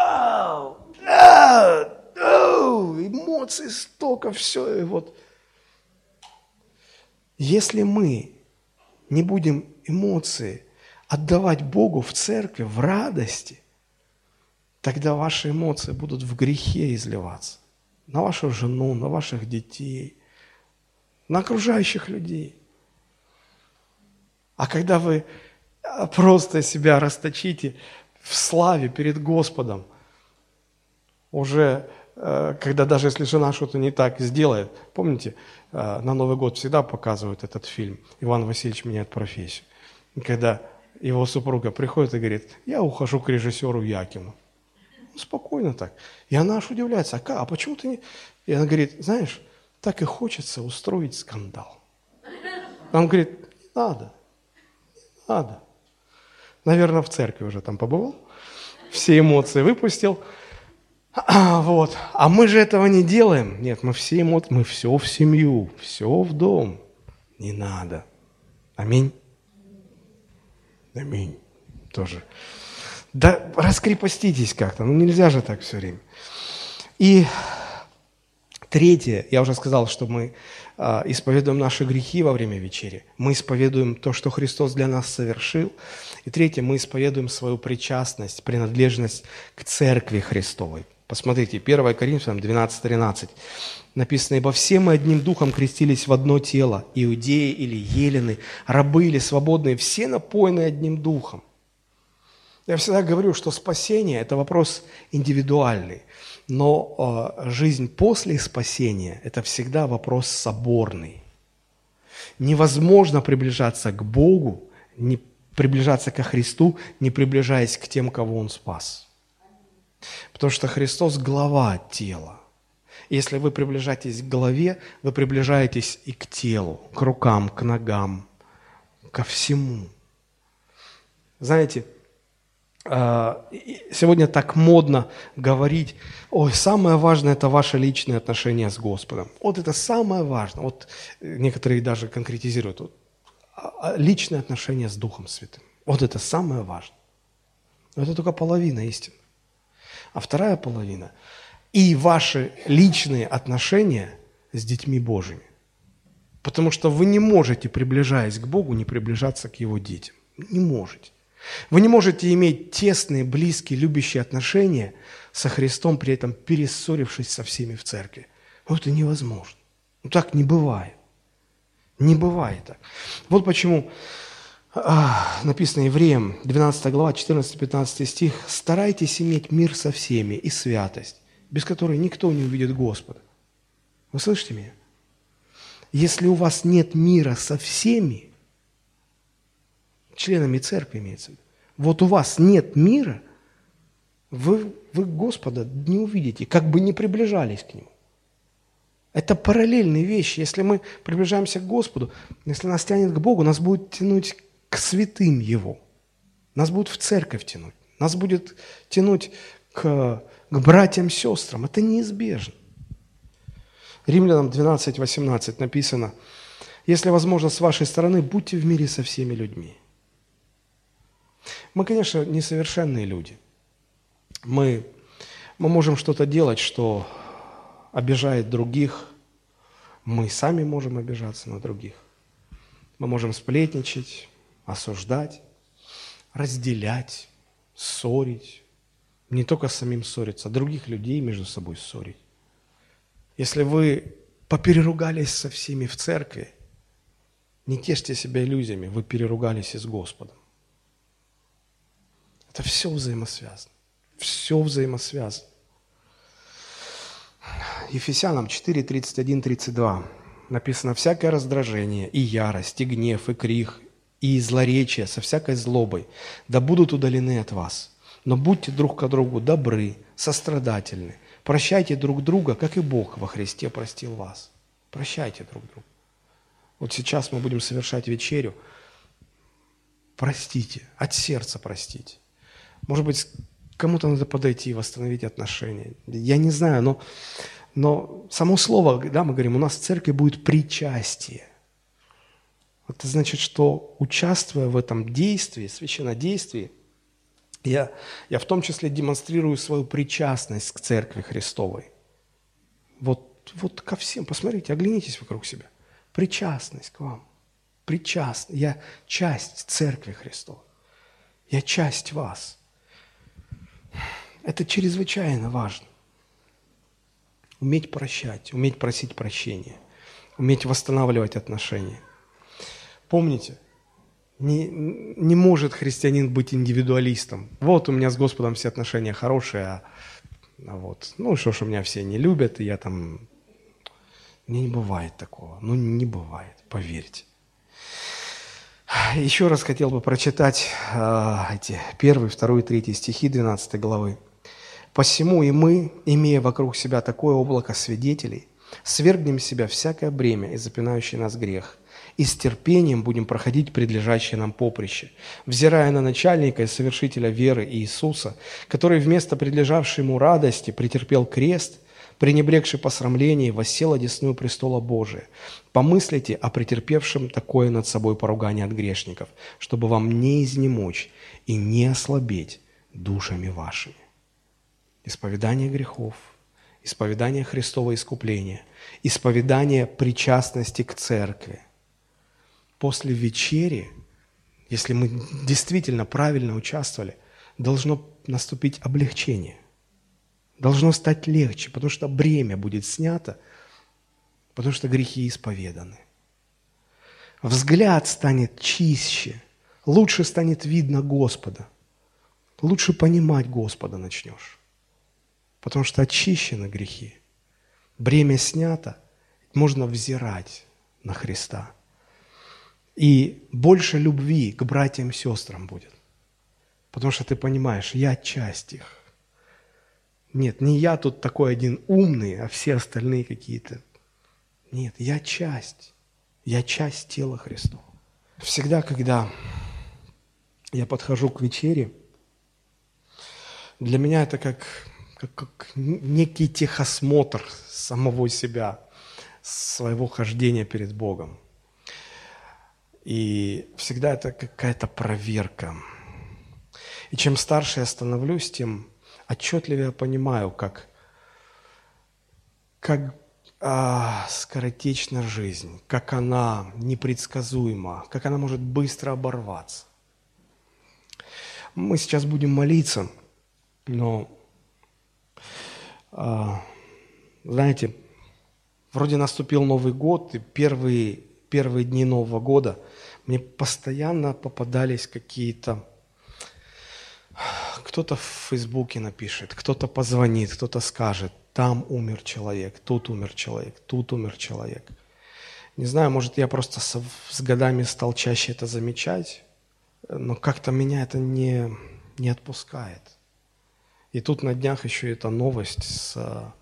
A: эмоций столько, все. И вот. Если мы не будем эмоции отдавать Богу в церкви, в радости, тогда ваши эмоции будут в грехе изливаться. На вашу жену, на ваших детей, на окружающих людей. А когда вы просто себя расточите в славе перед Господом, уже, когда даже если жена что-то не так сделает, помните, на Новый год всегда показывают этот фильм «Иван Васильевич меняет профессию». И когда его супруга приходит и говорит: я ухожу к режиссеру Якину. Спокойно так. И она аж удивляется: а почему ты не... И она говорит: знаешь, так и хочется устроить скандал. Он говорит: не надо. Наверное, в церкви уже там побывал, все эмоции выпустил. Вот. А мы же этого не делаем. Нет, мы все эмоции, мы все в семью, все в дом. Не надо. Аминь. Аминь. Тоже. Да раскрепоститесь как-то, нельзя же так все время. И третье, я уже сказал, что мы исповедуем наши грехи во время вечери. Мы исповедуем то, что Христос для нас совершил. И третье, мы исповедуем свою причастность, принадлежность к Церкви Христовой. Посмотрите, 1 Коринфянам 12:13 написано: «Ибо все мы одним духом крестились в одно тело, иудеи или елены, рабы или свободные, все напоены одним духом». Я всегда говорю, что спасение – это вопрос индивидуальный, но жизнь после спасения – это всегда вопрос соборный. Невозможно приближаться к Богу, не приближаться ко Христу, не приближаясь к тем, кого Он спас. Потому что Христос – глава тела. Если вы приближаетесь к голове, вы приближаетесь и к телу, к рукам, к ногам, ко всему. Знаете, сегодня так модно говорить: ой, самое важное – это ваши личные отношения с Господом. Вот это самое важное. Вот некоторые даже конкретизируют. Вот, личные отношения с Духом Святым. Вот это самое важное. Но это только половина истины. А вторая половина – и ваши личные отношения с детьми Божьими. Потому что вы не можете, приближаясь к Богу, не приближаться к Его детям. Не можете. Вы не можете иметь тесные, близкие, любящие отношения со Христом, при этом перессорившись со всеми в церкви. Ну, это невозможно. Ну, так не бывает. Не бывает так. Вот почему написано Евреям, 12 глава, 14-15 стих: «Старайтесь иметь мир со всеми и святость, без которой никто не увидит Господа». Вы слышите меня? Если у вас нет мира со всеми, членами церкви имеется в виду, вот у вас нет мира, вы Господа не увидите, как бы не приближались к Нему. Это параллельные вещи. Если мы приближаемся к Господу, если нас тянет к Богу, нас будет тянуть к святым Его. Нас будет в церковь тянуть. Нас будет тянуть к братьям, сестрам. Это неизбежно. Римлянам 12:18 написано: «Если возможно, с вашей стороны, будьте в мире со всеми людьми». Мы, конечно, несовершенные люди. Мы можем что-то делать, что обижает других. Мы сами можем обижаться на других. Мы можем сплетничать, осуждать, разделять, ссорить. Не только с самим ссориться, а других людей между собой ссорить. Если вы попереругались со всеми в церкви, не тешьте себя иллюзиями, вы переругались и с Господом. Это все взаимосвязано. Все взаимосвязано. Ефесянам 4, 31, 32 написано: «Всякое раздражение, и ярость, и гнев, и крик, и злоречие со всякой злобой да будут удалены от вас. Но будьте друг к другу добры, сострадательны, прощайте друг друга, как и Бог во Христе простил вас». Прощайте друг друга. Вот сейчас мы будем совершать вечерю. Простите, от сердца простите. Может быть, кому-то надо подойти и восстановить отношения. Я не знаю, но само слово, да, мы говорим, у нас в церкви будет причастие. Это значит, что, участвуя в этом действии, священнодействии, я в том числе демонстрирую свою причастность к Церкви Христовой. Вот ко всем. Посмотрите, оглянитесь вокруг себя. Причастность к вам. Причастность. Я часть Церкви Христовой. Я часть вас. Это чрезвычайно важно. Уметь прощать, уметь просить прощения, уметь восстанавливать отношения. Помните, не может христианин быть индивидуалистом. Вот у меня с Господом все отношения хорошие, что ж, у меня все не любят, и я там... Не бывает такого. Не бывает, поверьте. Еще раз хотел бы прочитать эти 1, 2, 3 стихи 12 главы. «Посему и мы, имея вокруг себя такое облако свидетелей, свергнем с себя всякое бремя и запинающий нас грех, и с терпением будем проходить предлежащее нам поприще, взирая на начальника и совершителя веры Иисуса, который вместо предлежавшей ему радости претерпел крест, пренебрегший посрамление, воссел одесную престола Божия. Помыслите о претерпевшем такое над собой поругание от грешников, чтобы вам не изнемочь и не ослабеть душами вашими». Исповедание грехов, исповедание Христова искупления, исповедание причастности к церкви. После вечери, если мы действительно правильно участвовали, должно наступить облегчение. Должно стать легче, потому что бремя будет снято, потому что грехи исповеданы. Взгляд станет чище, лучше станет видно Господа, лучше понимать Господа начнешь. Потому что очищены грехи. Бремя снято, можно взирать на Христа. И больше любви к братьям и сестрам будет. Потому что ты понимаешь, я часть их. Нет, не я тут такой один умный, а все остальные какие-то. Нет, я часть тела Христова. Всегда, когда я подхожу к вечере, для меня это как некий техосмотр самого себя, своего хождения перед Богом. И всегда это какая-то проверка. И чем старше я становлюсь, тем отчетливее я понимаю, как скоротечна жизнь, как она непредсказуема, как она может быстро оборваться. Мы сейчас будем молиться, но, знаете, вроде наступил Новый год, и первые дни Нового года мне постоянно попадались какие-то... Кто-то в Фейсбуке напишет, кто-то позвонит, кто-то скажет, там умер человек, тут умер человек, тут умер человек. Не знаю, может, я просто с годами стал чаще это замечать, но как-то меня это не отпускает. И тут на днях еще эта новость с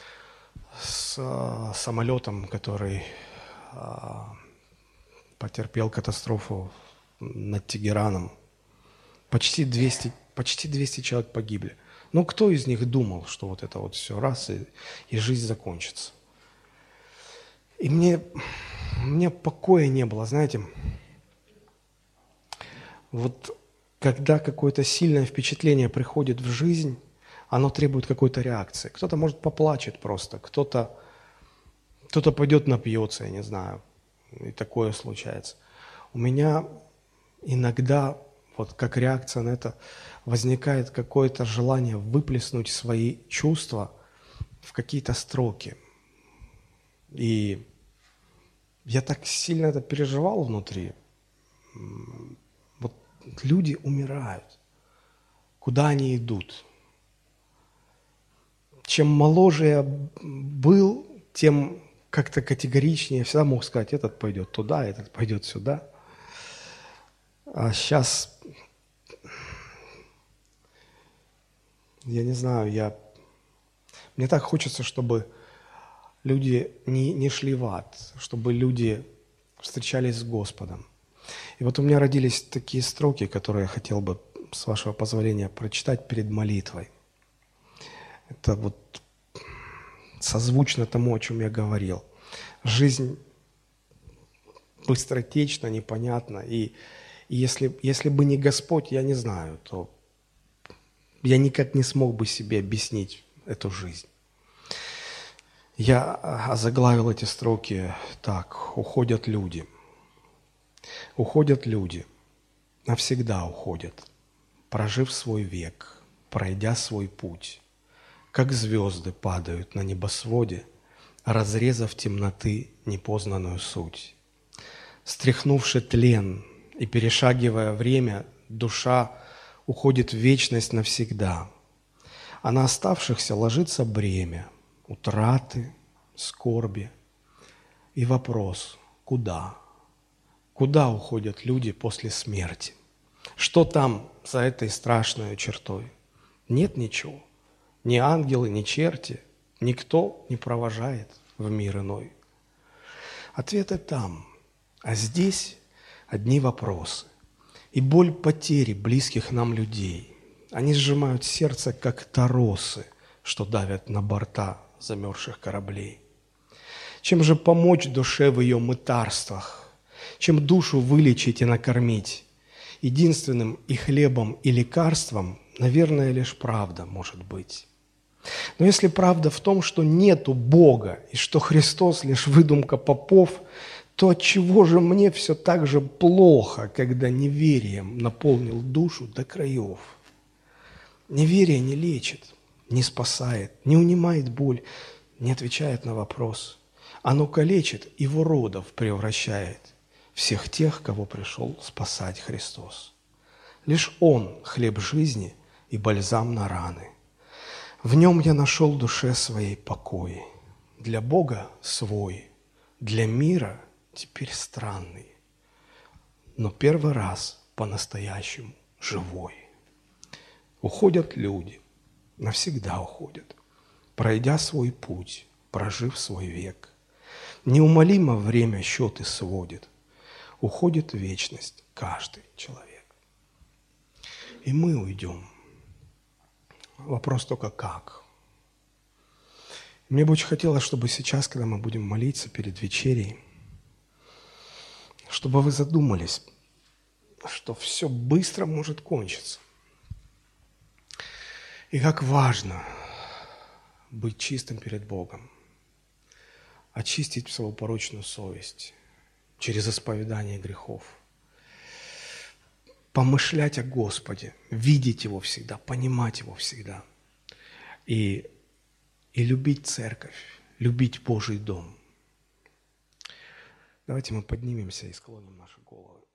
A: самолетом, который потерпел катастрофу над Тегераном. Почти 200 человек погибли. Но кто из них думал, что вот это вот все раз, и жизнь закончится? И мне покоя не было, знаете. Вот когда какое-то сильное впечатление приходит в жизнь, оно требует какой-то реакции. Кто-то, может, поплачет просто, кто-то пойдет напьется, я не знаю, и такое случается. У меня иногда, вот как реакция на это, возникает какое-то желание выплеснуть свои чувства в какие-то строки. И я так сильно это переживал внутри. Вот люди умирают. Куда они идут? Чем моложе я был, тем как-то категоричнее я всегда мог сказать, этот пойдет туда, этот пойдет сюда. А сейчас, я не знаю, мне так хочется, чтобы люди не шли в ад, чтобы люди встречались с Господом. И вот у меня родились такие строки, которые я хотел бы, с вашего позволения, прочитать перед молитвой. Это вот созвучно тому, о чем я говорил. Жизнь быстротечна, непонятна, и если бы не Господь, я не знаю, то я никак не смог бы себе объяснить эту жизнь. Я озаглавил эти строки так: «Уходят люди». Уходят люди, навсегда уходят, прожив свой век, пройдя свой путь. Как звезды падают на небосводе, разрезав темноты непознанную суть. Стряхнувши тлен и перешагивая время, душа уходит в вечность навсегда, а на оставшихся ложится бремя утраты, скорби и вопрос: куда? Куда уходят люди после смерти? Что там за этой страшной чертой? Нет ничего. Ни ангелы, ни черти, никто не провожает в мир иной. Ответы там, а здесь одни вопросы. И боль потери близких нам людей. Они сжимают сердце, как торосы, что давят на борта замерзших кораблей. Чем же помочь душе в ее мытарствах? Чем душу вылечить и накормить? Единственным и хлебом, и лекарством, наверное, лишь правда может быть. Но если правда в том, что нету Бога, и что Христос лишь выдумка попов, то отчего же мне все так же плохо, когда неверием наполнил душу до краев? Неверие не лечит, не спасает, не унимает боль, не отвечает на вопрос. Оно калечит и в уродов превращает всех тех, кого пришел спасать Христос. Лишь Он – хлеб жизни и бальзам на раны. В Нем я нашел душе своей покой. Для Бога свой, для мира теперь странный, но первый раз по-настоящему живой. Уходят люди, навсегда уходят, пройдя свой путь, прожив свой век. Неумолимо время счеты сводит, уходит в вечность каждый человек. И мы уйдем. Вопрос только как. Мне бы очень хотелось, чтобы сейчас, когда мы будем молиться перед вечерей, чтобы вы задумались, что все быстро может кончиться. И как важно быть чистым перед Богом, очистить свою порочную совесть через исповедание грехов, помышлять о Господе, видеть Его всегда, понимать Его всегда и любить церковь, любить Божий дом. Давайте мы поднимемся и склоним наши головы.